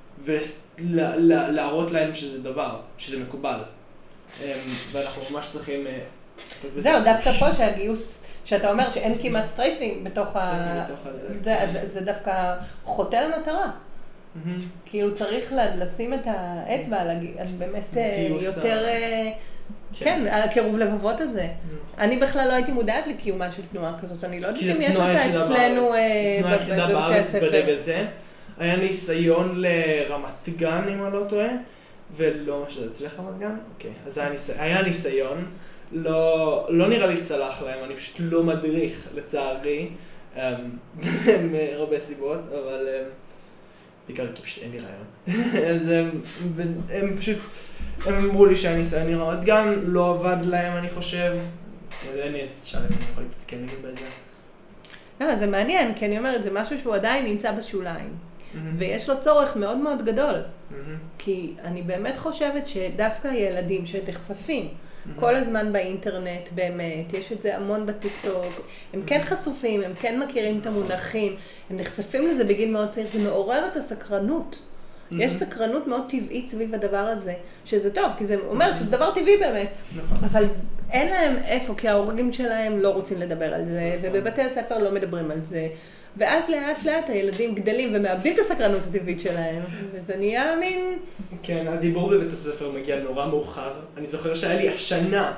ולהראות להם שזה דבר, שזה מקובל. Um, ואנחנו ממש צריכים... Uh, זהו, דווקא פה שהגיוס, שאתה אומר שאין כמעט סטרייסים בתוך ה... זה, זה, זה דווקא חוטא למטרה. Mm-hmm. כאילו צריך לשים את האצבע על באמת יותר... כן, על הקירוב לבבות הזה. אני בכלל לא הייתי מודעת לקיומה של תנועה כזאת, אני לא יודעת אם יש אותה אצלנו תנועה יחידה בארץ ברגע זה. היה ניסיון לרמת גן, אם אני לא טועה, ולא מה שזה אצלך רמת גן? אוקיי, אז היה ניסיון, לא נראה לי צלח להם, אני פשוט לא מדריך, לצערי, מהרבה סיבות, אבל בעיקר כי פשוט אין לי רעיון. אז הם פשוט... הם אמרו לי שהניסיון נראות גם, לא עבד להם אני חושב. אני אשאל אם אני יכול להתעדכן נגיד בזה. לא, זה מעניין, כי אני אומרת, זה משהו שהוא עדיין נמצא בשוליים. ויש לו צורך מאוד מאוד גדול. כי אני באמת חושבת שדווקא ילדים שנחשפים כל הזמן באינטרנט, באמת, יש את זה המון בטיקטוק, הם כן חשופים, הם כן מכירים את המונחים, הם נחשפים לזה בגיל מאוד צעיר, זה מעורר את הסקרנות. יש סקרנות מאוד טבעית סביב הדבר הזה, שזה טוב, כי זה אומר שזה דבר טבעי באמת. אבל אין להם איפה, כי ההורים שלהם לא רוצים לדבר על זה, ובבתי הספר לא מדברים על זה. ואז לאט לאט הילדים גדלים ומאבדים את הסקרנות הטבעית שלהם, וזה נהיה מין... כן, הדיבור בבית הספר מגיע נורא מאוחר. אני זוכר שהיה לי השנה,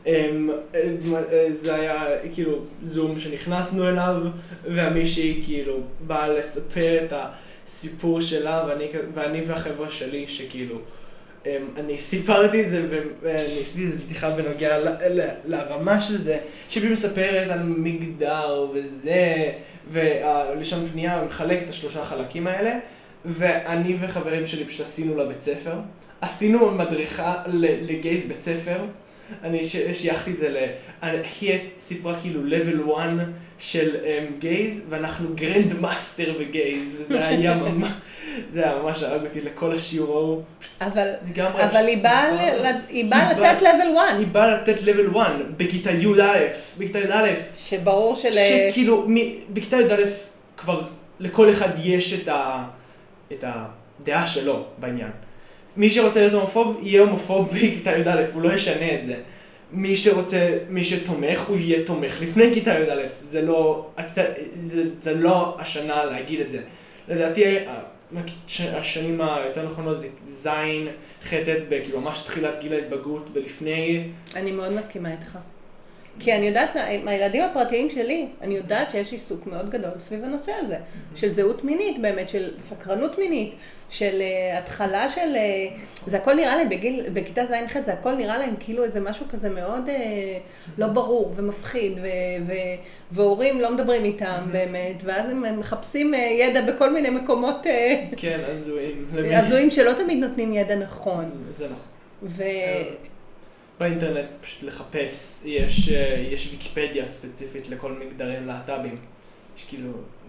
זה היה כאילו זום שנכנסנו אליו, והמישהי כאילו באה לספר את ה... סיפור שלה, ואני, ואני והחבר'ה שלי שכאילו, אני סיפרתי את זה, ואני עשיתי את זה בדיחה בנוגע ל, ל, לרמה של זה, שהיא מספרת על מגדר וזה, ולשם פנייה מחלק את השלושה חלקים האלה, ואני וחברים שלי פשוט עשינו לבית ספר, עשינו מדריכה לגייז בית ספר, אני שייכתי את זה ל... היא סיפרה כאילו level one של גייז, ואנחנו גרנד מאסטר בגייז, וזה היה ממש... זה היה ממש הרג אותי לכל השיעור ההוא. אבל, לגמרי, אבל היא באה ל- ל- היא באה לתת level one. היא באה לתת level one בכיתה י"א, בכיתה י"א. שברור של... שכאילו, מ- בכיתה י"א כבר לכל אחד יש את ה- את הדעה שלו בעניין. מי שרוצה להיות הומופוב, יהיה הומופוב בכיתה י"א, הוא לא ישנה את זה. מי שרוצה, מי שתומך, הוא יהיה תומך לפני כיתה י"א. זה לא, זה, זה לא השנה להגיד את זה. לדעתי, השנים היותר נכונות זה זין, חטאת, כאילו ממש תחילת גיל ההתבגרות ולפני... אני מאוד מסכימה איתך. כי אני יודעת, מה, מהילדים הפרטיים שלי, אני יודעת שיש עיסוק מאוד גדול סביב הנושא הזה, של זהות מינית באמת, של סקרנות מינית, של uh, התחלה של, uh, זה הכל נראה להם בגיל, בכיתה זין ח' זה הכל נראה להם כאילו איזה משהו כזה מאוד uh, לא ברור ומפחיד, ו- ו- והורים לא מדברים איתם באמת, ואז הם מחפשים uh, ידע בכל מיני מקומות, uh, כן, הזויים. הזויים שלא תמיד נותנים ידע נכון. זה נכון. ו... באינטרנט פשוט לחפש, יש, יש ויקיפדיה ספציפית לכל מגדרים להט"בים. יש כאילו,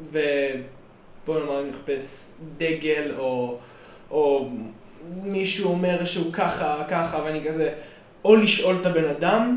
ובוא נאמר אני מחפש דגל או, או מישהו אומר שהוא ככה, ככה, ואני כזה, או לשאול את הבן אדם,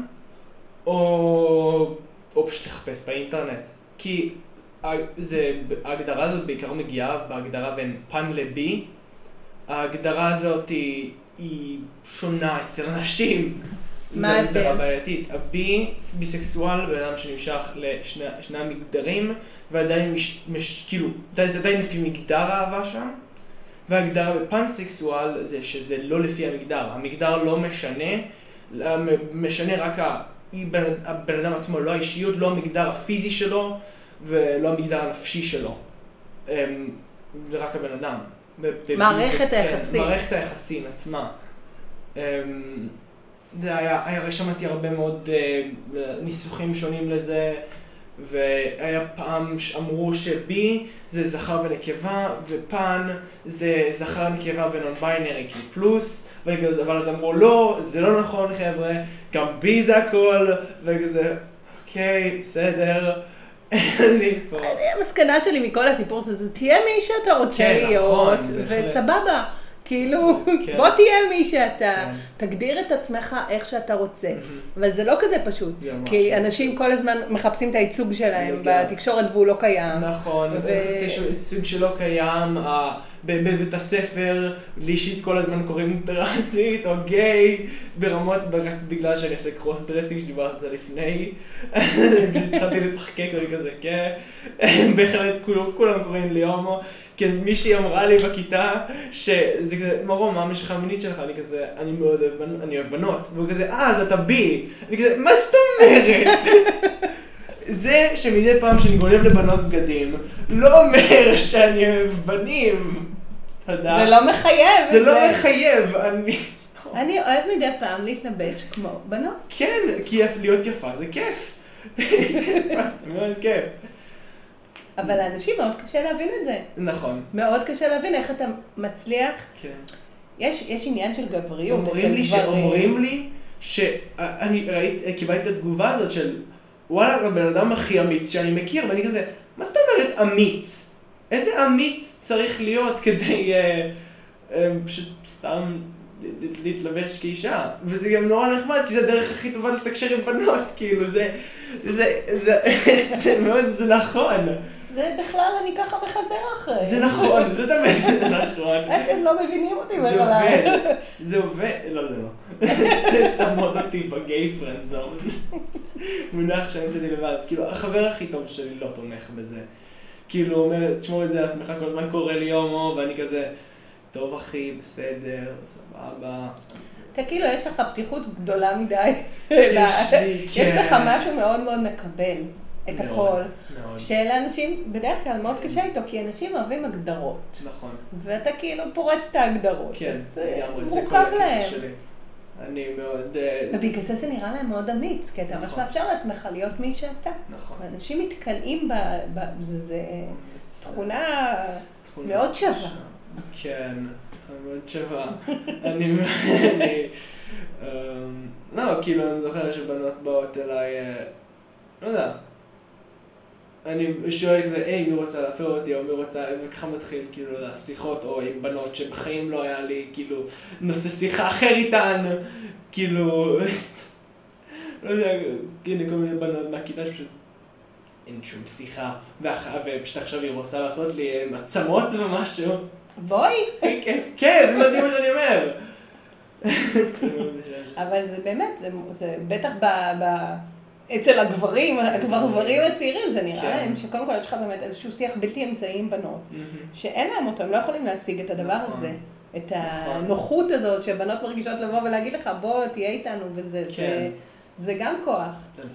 או, או פשוט לחפש באינטרנט. כי זה, ההגדרה הזאת בעיקר מגיעה בהגדרה בין פן לבי. ההגדרה הזאת היא, היא שונה אצל אנשים. מה ההבדל? זה בעייתית. הבי, ביסקסואל, בן אדם שנמשך לשני המגדרים, ועדיין מש, מש, כאילו, זה עדיין לפי מגדר האהבה שם, וההגדרה בפנסקסואל זה שזה לא לפי המגדר. המגדר לא משנה, משנה רק הבן, הבן אדם עצמו, לא האישיות, לא המגדר הפיזי שלו, ולא המגדר הנפשי שלו. זה רק הבן אדם. מערכת היחסים. מערכת היחסים עצמה. זה היה, היה שמעתי הרבה מאוד ניסוחים שונים לזה, והיה פעם שאמרו שבי זה זכר ונקבה, ופן זה זכר נקבה ונון ביינרי כי פלוס, אבל אז אמרו לא, זה לא נכון חבר'ה, גם בי זה הכל, וכזה, אוקיי, בסדר. המסקנה שלי מכל הסיפור הזה, זה תהיה מי שאתה רוצה להיות, וסבבה. כאילו, בוא תהיה מי שאתה, תגדיר את עצמך איך שאתה רוצה. אבל זה לא כזה פשוט, כי אנשים כל הזמן מחפשים את הייצוג שלהם בתקשורת והוא לא קיים. נכון, הייצוג שלא קיים, בבית הספר, לישית כל הזמן קוראים טרנסית או גיי, ברמות, רק בגלל שאני אעשה קרוס דרסינג שדיברת את זה לפני. התחלתי לצחקק ואני כזה, כן, בהחלט כולם קוראים לי הומו. כן, מישהי אמרה לי בכיתה שזה כזה, מרום, מה המשך המינית שלך? אני כזה, אני מאוד אוהב, אני אוהב בנות. והוא כזה, אה, אז אתה בי. אני כזה, מה זאת אומרת? זה שמדי פעם שאני גונב לבנות בגדים, לא אומר שאני אוהב בנים. תודה. זה לא מחייב. זה לא מחייב, אני... אני אוהב מדי פעם להתלבש כמו בנות. כן, כי להיות יפה זה כיף. זה מאוד כיף. אבל לאנשים מאוד קשה להבין את זה. נכון. מאוד קשה להבין איך אתה מצליח. כן. יש, יש עניין של גבריות אצל אומרים לי גברים. שאומרים לי שאני ראיתי, קיבלתי את התגובה הזאת של וואלה, הבן אדם הכי אמיץ שאני מכיר, ואני כזה, מה זאת אומרת אמיץ? איזה אמיץ צריך להיות כדי אה, אה, פשוט סתם להתלבש כאישה? וזה גם נורא נחמד, כי זה הדרך הכי טובה לתקשר עם בנות, כאילו זה, זה, זה, זה מאוד, זה נכון. זה בכלל אני ככה מחזר אחרי. זה נכון, זה תמיד, זה נכון. אתם לא מבינים אותי זה בכלל. עובד, זה עובד, לא זה לא. זה שמות אותי בגיי פרנד זון. מונח שאני יצאתי לבד, כאילו החבר הכי טוב שלי לא תומך בזה. כאילו הוא אומר, תשמור את זה לעצמך, כל הזמן קורא לי הומו, ואני כזה, טוב אחי, בסדר, סבבה. אתה כאילו יש לך פתיחות גדולה מדי. יש לי, יש כן. לך משהו מאוד מאוד מקבל. את הכל, מאוד. שלאנשים בדרך כלל מאוד קשה איתו, כי אנשים אוהבים הגדרות. נכון. ואתה כאילו פורץ את ההגדרות, כן, אז לגמרי, זה מורכב כל הקטע להם. שלי. אני מאוד... ובגלל זה זה נראה להם מאוד אמיץ, כי אתה ממש נכון. מאפשר לעצמך להיות מי שאתה. נכון. ואנשים מתקנאים ב... ב- זה, זה תכונה מאוד שווה. כן, מאוד שווה. אני... אני... אמ, לא, כאילו, אני זוכר שבנות באות אליי... לא יודע. אני שואל כזה, היי, מי רוצה להפר אותי, או מי רוצה, וככה מתחיל כאילו לשיחות, או עם בנות שבחיים לא היה לי, כאילו, נושא שיחה אחר איתן, כאילו, לא יודע, הנה כל מיני בנות מהכיתה שפשוט אין שום שיחה, ופשוט עכשיו היא רוצה לעשות לי עצמות ומשהו. בואי. כיף, כן, זה מדהים מה שאני אומר. אבל זה באמת, זה בטח ב... אצל הגברים, הגברים הצעירים, זה נראה להם שקודם כל יש לך באמת איזשהו שיח בלתי אמצעי עם בנות, שאין להם אותו, הם לא יכולים להשיג את הדבר הזה, את הנוחות הזאת שבנות מרגישות לבוא ולהגיד לך, בוא, תהיה איתנו, וזה גם כוח,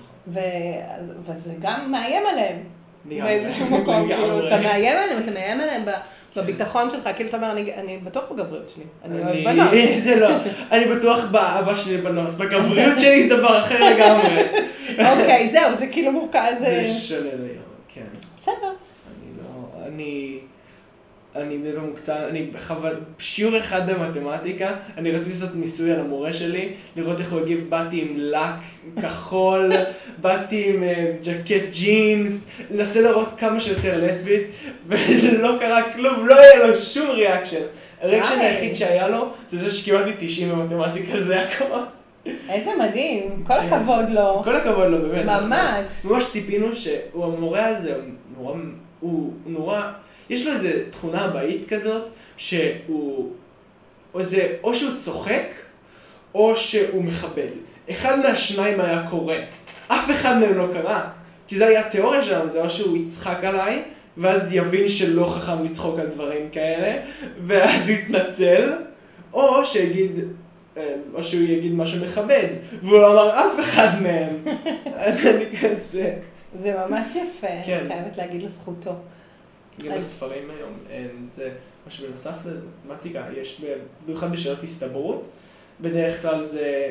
וזה גם מאיים עליהם, באיזשהו מקום, כאילו, אתה מאיים עליהם, אתה מאיים עליהם בביטחון שלך, כאילו אתה אומר, אני בטוח בגבריות שלי, אני לא אוהב בנות. זה לא, אני בטוח באהבה שלי לבנות, בגבריות שלי זה דבר אחר לגמרי. אוקיי, זהו, זה כאילו מורכב, זה שונה ליום, כן. בסדר. אני לא, אני, אני במוקצן, אני בכוון, שיעור אחד במתמטיקה, אני רציתי לעשות ניסוי על המורה שלי, לראות איך הוא הגיב, באתי עם לק כחול, באתי עם ג'קט ג'ינס, לנסה לראות כמה שיותר לסבית, ולא קרה כלום, לא היה לו שום ריאקשן. הריאקשן היחיד שהיה לו, זה זה שקיבלתי תשעים במתמטיקה, זה הכל. איזה מדהים, כל הכבוד לו. כל הכבוד לו, באמת. ממש. ממש ציפינו שהוא המורה הזה, הוא נורא, יש לו איזו תכונה הבאית כזאת, שהוא, או, זה, או שהוא צוחק, או שהוא מכבד. אחד מהשניים היה קורה. אף אחד מהם לא קרה. כי זה היה התיאוריה שלנו, זה או שהוא יצחק עליי, ואז יבין שלא חכם לצחוק על דברים כאלה, ואז הוא יתנצל, או שיגיד, או שהוא יגיד משהו מכבד, והוא לא אמר אף אחד מהם. אז אני כזה... זה ממש יפה, כן. אני חייבת להגיד לזכותו. גם בספרים היום, זה משהו בנוסף למתמטיקה, יש במיוחד בשאלות הסתברות, בדרך כלל זה,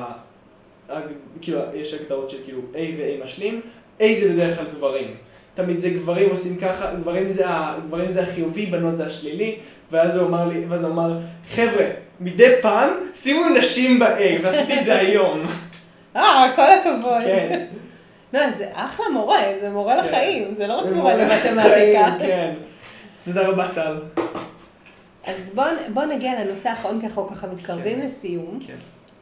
כאילו, יש הגדרות של כאילו A ו-A משלים, A זה בדרך כלל גברים. תמיד זה גברים עושים ככה, גברים זה, גברים זה החיובי, בנות זה השלילי, ואז הוא אמר לי, ואז הוא אמר, חבר'ה, מדי פעם שימו נשים ב-A, ועשיתי את זה היום. אה, כל הכבוד. כן. לא, זה אחלה מורה, זה מורה לחיים, זה לא רק מורה למתמטיקה. כן, תודה רבה טל. אז בוא נגיע לנושא האחרון, כי אנחנו ככה מתקרבים לסיום. כן.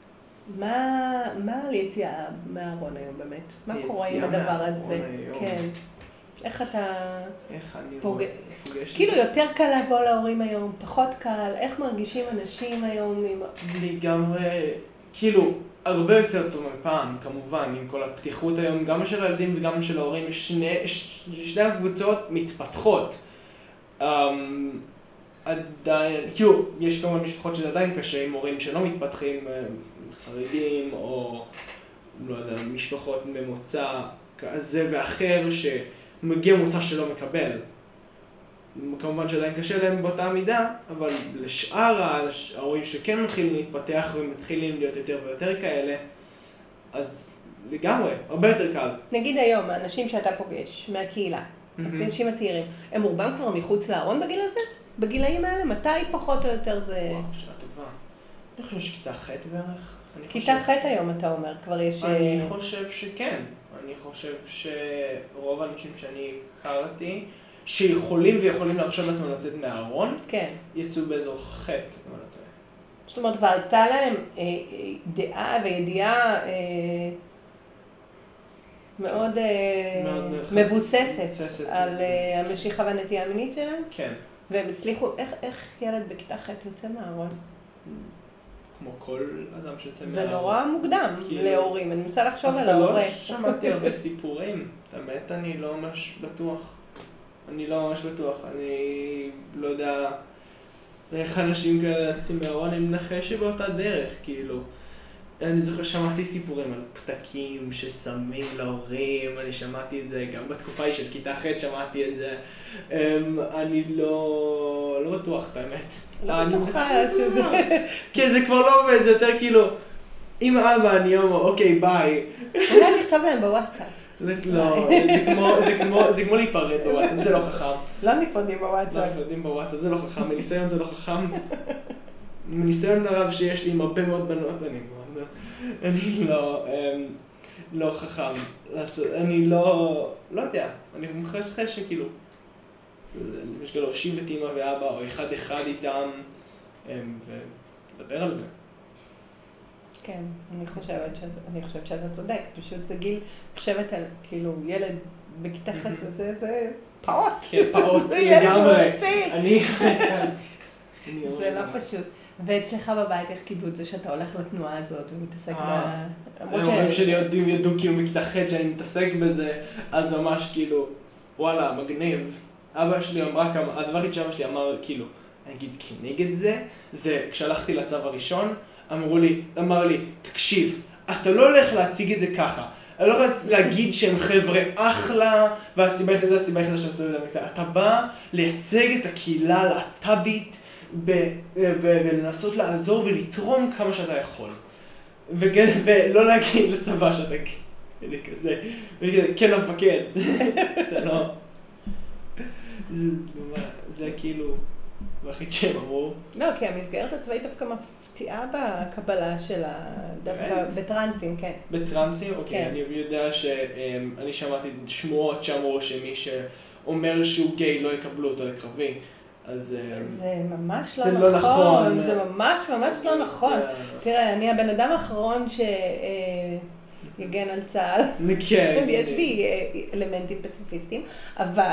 מה על יציאה מהארון היום באמת? מה קורה עם הדבר הזה? כן. איך אתה פוגש? כאילו יותר קל לבוא להורים היום, פחות קל, איך מרגישים אנשים היום? לגמרי, כאילו, הרבה יותר טוב מפעם, כמובן, עם כל הפתיחות היום, גם של הילדים וגם של ההורים, שני, שני הקבוצות מתפתחות. Um, עדיין, כאילו, יש כמובן משפחות שזה עדיין קשה עם הורים שלא מתפתחים, חרדים או, לא יודע, משפחות ממוצא כזה ואחר שמגיע מוצא שלא מקבל. כמובן שעדיין קשה להם באותה מידה, אבל לשאר ההורים שכן מתחילים להתפתח ומתחילים להיות יותר ויותר כאלה, אז לגמרי, הרבה יותר קל. נגיד היום, האנשים שאתה פוגש מהקהילה, האנשים הצעירים, הם רובם כבר מחוץ לארון בגיל הזה? בגילאים האלה? מתי פחות או יותר זה... וואו, שאלה טובה. אני חושב שכיתה ח' בערך. כיתה ח' היום אתה אומר, כבר יש... אני חושב שכן. אני חושב שרוב האנשים שאני הכרתי, שיכולים ויכולים להרשות לעצמם לצאת מהארון, כן. יצאו באזור ח' אם אני לא טועה. זאת אומרת, כבר הייתה להם אה, דעה וידיעה אה, מאוד, אה, מאוד מבוססת מבוססת על אה, המשיכה והנטייה המינית שלהם? כן. והם הצליחו, איך, איך ילד בכיתה ח' יוצא מהארון? כמו כל אדם שיוצא מהארון. זה נורא מוקדם כאילו, להורים, אני מנסה לחשוב על ההורה. לא שמעתי הרבה סיפורים, באמת אני לא ממש בטוח. אני לא ממש בטוח, אני לא יודע איך אנשים כאלה יוצאים מהארון, אני מנחש שבאותה דרך, כאילו. אני זוכר, שמעתי סיפורים על פתקים ששמים להורים, אני שמעתי את זה, גם בתקופה היא של כיתה ח' שמעתי את זה. אני לא, לא בטוח, את האמת. לא בטוחה שזה... כי זה כבר לא עובד, זה יותר כאילו, אם אבא אני אומר, אוקיי, ביי. אולי תכתוב להם בוואטסאפ. לא, זה כמו להיפרד בוואטסאפ, זה לא חכם. לא נפרדים בוואטסאפ. לא נפרדים בוואטסאפ, זה לא חכם, מניסיון זה לא חכם. מניסיון הרב שיש לי עם הרבה מאוד בנות, אני לא, אני לא, לא חכם לעשות, אני לא, לא יודע, אני חושב שכאילו, יש כאלה להושיב את אמא ואבא או אחד אחד איתם ולדבר על זה. כן, אני חושבת שאת, אני חושבת שאתה צודק, פשוט זה גיל, חושבת על כאילו ילד בכיתה ח' זה, זה פעוט. כן, פעוט לגמרי. זה ילד מאוד צעיר. אני... זה לא פשוט. ואצלך בבית איך קיבלו את זה שאתה הולך לתנועה הזאת ומתעסק ב... ההורים שלי יודעים, ידעו כאילו מכיתה ח' שאני מתעסק בזה, אז ממש כאילו, וואלה, מגניב. אבא שלי אמרה כמה, הדבר הכי שאבא שלי אמר כאילו, אני אגיד כנגד זה, זה כשהלכתי לצו הראשון, אמרו לי, אמר לי, תקשיב, אתה לא הולך להציג את זה ככה. אני לא הולך להגיד שהם חבר'ה אחלה, והסיבה היחידה, הסיבה היחידה שהם עושים את זה. אתה בא לייצג את הקהילה הלהט"בית, ולנסות לעזור ולתרום כמה שאתה יכול. ולא להגיד לצבא שאתה כזה, כן המפקד. זה לא... זה כאילו... והכי שהם אמרו. לא, כי המסגרת הצבאית דווקא מפתיעה בקבלה שלה, דווקא בטרנסים, כן. בטרנסים? אוקיי, אני יודע שאני שמעתי שמועות שאמרו שמי שאומר שהוא גיי לא יקבלו אותו לקרבי. אז... זה ממש לא נכון, זה ממש ממש לא נכון. תראה, אני הבן אדם האחרון שיגן על צה"ל. כן. יש בי אלמנטים פציפיסטים, אבל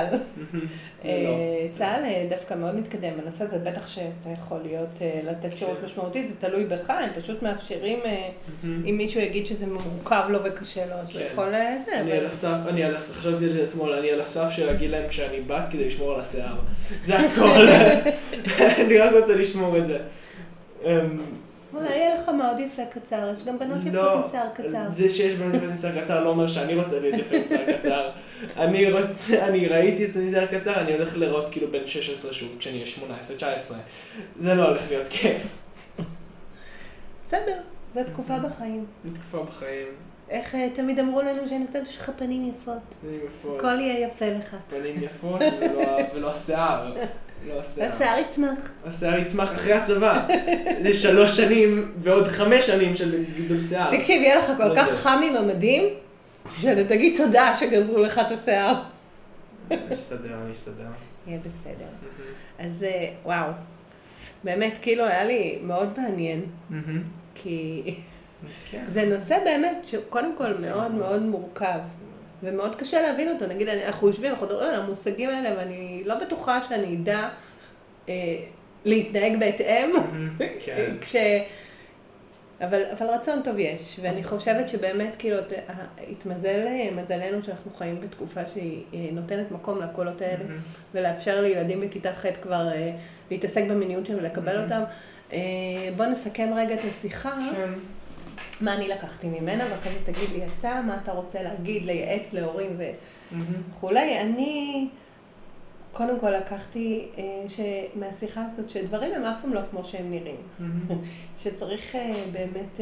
צה"ל דווקא מאוד מתקדם בנושא הזה, בטח שאתה יכול להיות, לתת שירות משמעותי, זה תלוי בך, הם פשוט מאפשרים, אם מישהו יגיד שזה מורכב לו וקשה לו, אז לכל זה. אני על הסף, אני על הסף, חשבתי על זה אתמול, אני על הסף של להגיד להם שאני בת כדי לשמור על השיער. זה הכל. אני רק רוצה לשמור את זה. אולי יהיה לך מאוד יפה קצר, יש גם בנות יפות עם שיער קצר. זה שיש בנות יפות עם שיער קצר לא אומר שאני רוצה להיות יפה עם שיער קצר. אני רוצה, אני ראיתי את זה עם שיער קצר, אני הולך לראות כאילו בין שש עשרה שוב כשאני אהיה שמונה עשרה תשע עשרה. זה לא הולך להיות כיף. בסדר, זו תקופה בחיים. זו תקופה בחיים. איך תמיד אמרו לנו שאני חושבת שיש לך פנים יפות. פנים יפות. הכל יהיה יפה לך. פנים יפות ולא השיער. השיער יצמח. השיער יצמח אחרי הצבא. זה שלוש שנים ועוד חמש שנים של גידול שיער. תקשיב, יהיה לך כל כך חם עם המדים, שאתה תגיד תודה שגזרו לך את השיער. אני אסתדר, אני אסתדר. יהיה בסדר. אז וואו, באמת כאילו היה לי מאוד מעניין, כי זה נושא באמת שקודם כל מאוד מאוד מורכב. ומאוד קשה להבין אותו, נגיד, אנחנו יושבים, אנחנו מדברים על המושגים האלה, ואני לא בטוחה שאני אדע אה, להתנהג בהתאם, כש... אבל, אבל רצון טוב יש, ואני חושבת שבאמת, כאילו, התמזל מזלנו שאנחנו חיים בתקופה שהיא נותנת מקום לקולות האלה, ולאפשר לילדים בכיתה ח' כבר אה, להתעסק במיניות שלהם ולקבל אותם. אה, בוא נסכם רגע את השיחה. כן. מה אני לקחתי ממנה, ואחרי זה תגיד לי אתה, מה אתה רוצה להגיד, לייעץ להורים וכולי. אני קודם כל לקחתי מהשיחה הזאת שדברים הם אף פעם לא כמו שהם נראים. שצריך באמת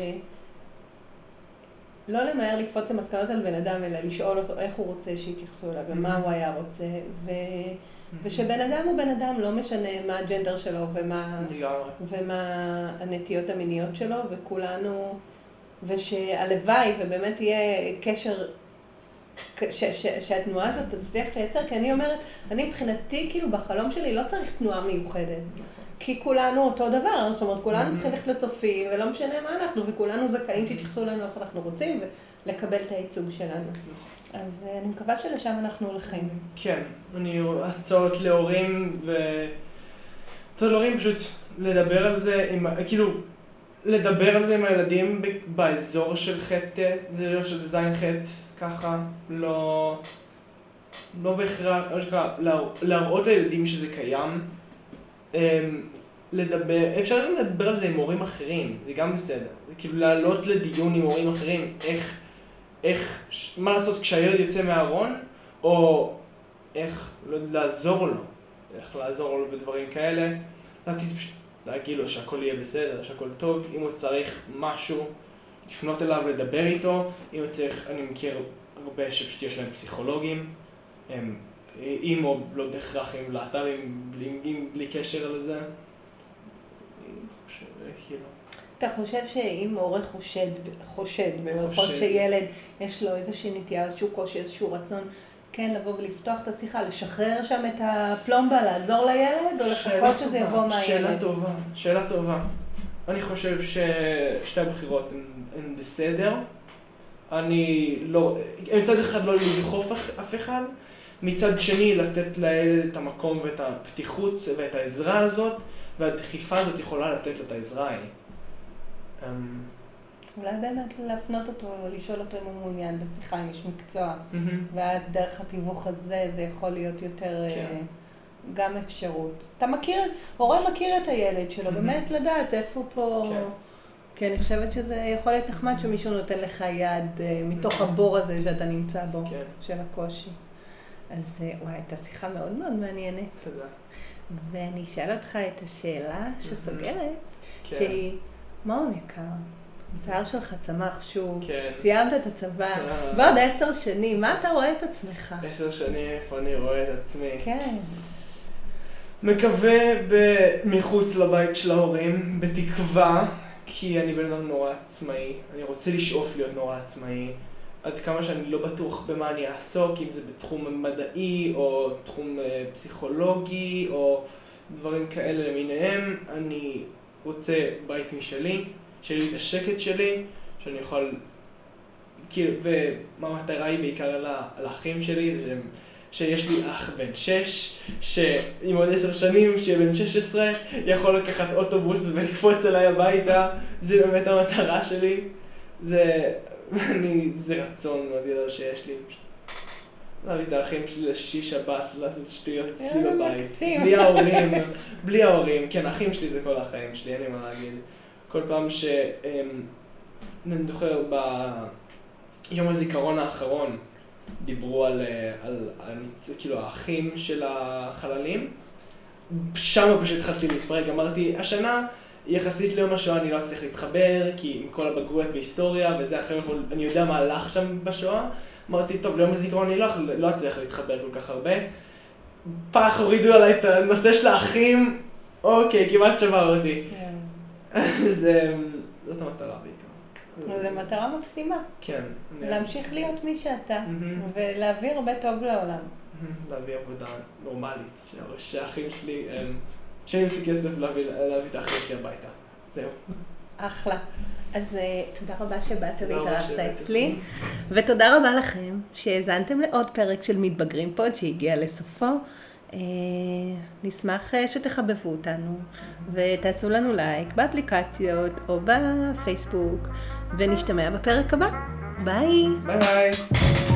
לא למהר לקפוץ למסקנות על בן אדם, אלא לשאול אותו איך הוא רוצה שיתייחסו אליו ומה הוא היה רוצה. ושבן אדם הוא בן אדם, לא משנה מה הג'נדר שלו ומה, ומה הנטיות המיניות שלו, וכולנו, ושהלוואי ובאמת יהיה קשר, ש, ש, שהתנועה הזאת תצליח לייצר, כי אני אומרת, אני מבחינתי כאילו בחלום שלי לא צריך תנועה מיוחדת, כי כולנו אותו דבר, זאת אומרת כולנו צריכים ללכת לצופים, ולא משנה מה אנחנו, וכולנו זכאים שתייחסו לנו איך אנחנו רוצים, ולקבל את הייצוג שלנו. אז אני מקווה שלשם אנחנו הולכים. כן, אני הצעות להורים ו... הצעות להורים פשוט לדבר על זה, עם... כאילו, לדבר על זה עם הילדים באזור של ח' זה לא של זין ח' ככה, לא... לא בהכרח, לא שקרה, להראות לילדים שזה קיים, לדבר, אפשר גם לדבר על זה עם הורים אחרים, זה גם בסדר, זה כאילו לעלות לדיון עם הורים אחרים, איך... איך, מה לעשות כשהילד יוצא מהארון, או איך לא, לעזור לו, איך לעזור לו בדברים כאלה, להטיס פשוט, להגיד לו שהכל יהיה בסדר, שהכל טוב, אם הוא צריך משהו, לפנות אליו, לדבר איתו, אם הוא צריך, אני מכיר הרבה שפשוט יש להם פסיכולוגים, הם, אם או לא בהכרח עם להט"בים, בלי, בלי קשר לזה, אני חושב, כאילו. אתה חושב שאם הורה חושד, חושד, במרכאות חושד. שילד יש לו איזושהי נטייה, איזשהו קושי, איזשהו רצון, כן, לבוא ולפתוח את השיחה, לשחרר שם את הפלומבה, לעזור לילד, או לחכות שזה יבוא מהילד? שאלה טובה, שאלה טובה. אני חושב ששתי הבחירות הן, הן בסדר. אני לא, מצד אחד לא לדחוף אף אחד, מצד שני לתת לילד את המקום ואת הפתיחות ואת העזרה הזאת, והדחיפה הזאת יכולה לתת לו את העזרה ההיא. אולי באמת להפנות אותו, לשאול אותו אם הוא מעוניין בשיחה עם איש מקצוע, Mm-hmm. ואז דרך התיווך הזה זה יכול להיות יותר כן. גם אפשרות. אתה מכיר, הורה מכיר את הילד שלו, Mm-hmm. באמת לדעת איפה פה... כן. כי אני חושבת שזה יכול להיות נחמד שמישהו נותן לך יד מתוך הבור הזה שאתה נמצא בו, כן. של הקושי. אז וואי, הייתה שיחה מאוד מאוד מעניינת. תודה. ואני אשאל אותך את השאלה שסוגרת, כן. שהיא, מרום יקר, השיער שלך צמח שוב, כן. סיימת את הצבא, בעוד עשר שנים, מה אתה רואה את עצמך? עשר שנים איפה אני רואה את עצמי. כן. מקווה מחוץ לבית של ההורים, בתקווה, כי אני בן אדם נורא עצמאי. אני רוצה לשאוף להיות נורא עצמאי. עד כמה שאני לא בטוח במה אני אעסוק, אם זה בתחום מדעי או תחום פסיכולוגי או דברים כאלה למיניהם. אני רוצה בית משלי, שיהיה לי את השקט שלי, שאני יכול... והמטרה היא בעיקר על האחים שלי, שהם... שיש לי אח בן שש, שעם עוד עשר שנים, שיהיה בן שש עשרה, יכול לקחת אוטובוס ולקפוץ אליי הביתה. זה באמת המטרה שלי. זה, אני, זה רצון מאוד גדול שיש לי. להביא את האחים שלי לשישי שבת, לעשות שטויות אצלי בבית. בלי ההורים, בלי ההורים. כן, האחים שלי זה כל החיים שלי, אין לי מה להגיד. כל פעם ש... אני זוכר ביום הזיכרון האחרון, דיברו על, על, על, כאילו, האחים של החללים. שם פשוט התחלתי להתפרק, אמרתי, השנה, יחסית ליום השואה אני לא אצליח להתחבר, כי עם כל הבגרויות בהיסטוריה וזה, אחרי אני יודע מה הלך שם בשואה. אמרתי, טוב, ליום הזיכרון אני לא, לא אצליח להתחבר כל כך הרבה. פח, הורידו עליי את הנושא של האחים, אוקיי, כמעט שבר אותי. זה, זאת המטרה בעיקר. זו מטרה מקסימה. כן. להמשיך להיות מי שאתה, ולהביא הרבה טוב לעולם. להביא עבודה נורמלית, שהאחים שלי, שאין לי כסף להביא את האחים שלי הביתה. זהו. אחלה. אז תודה רבה שבאת והתארחת אצלי, ותודה רבה לכם שהאזנתם לעוד פרק של מתבגרים פוד שהגיע לסופו. נשמח שתחבבו אותנו ותעשו לנו לייק באפליקציות או בפייסבוק, ונשתמע בפרק הבא. ביי! ביי ביי!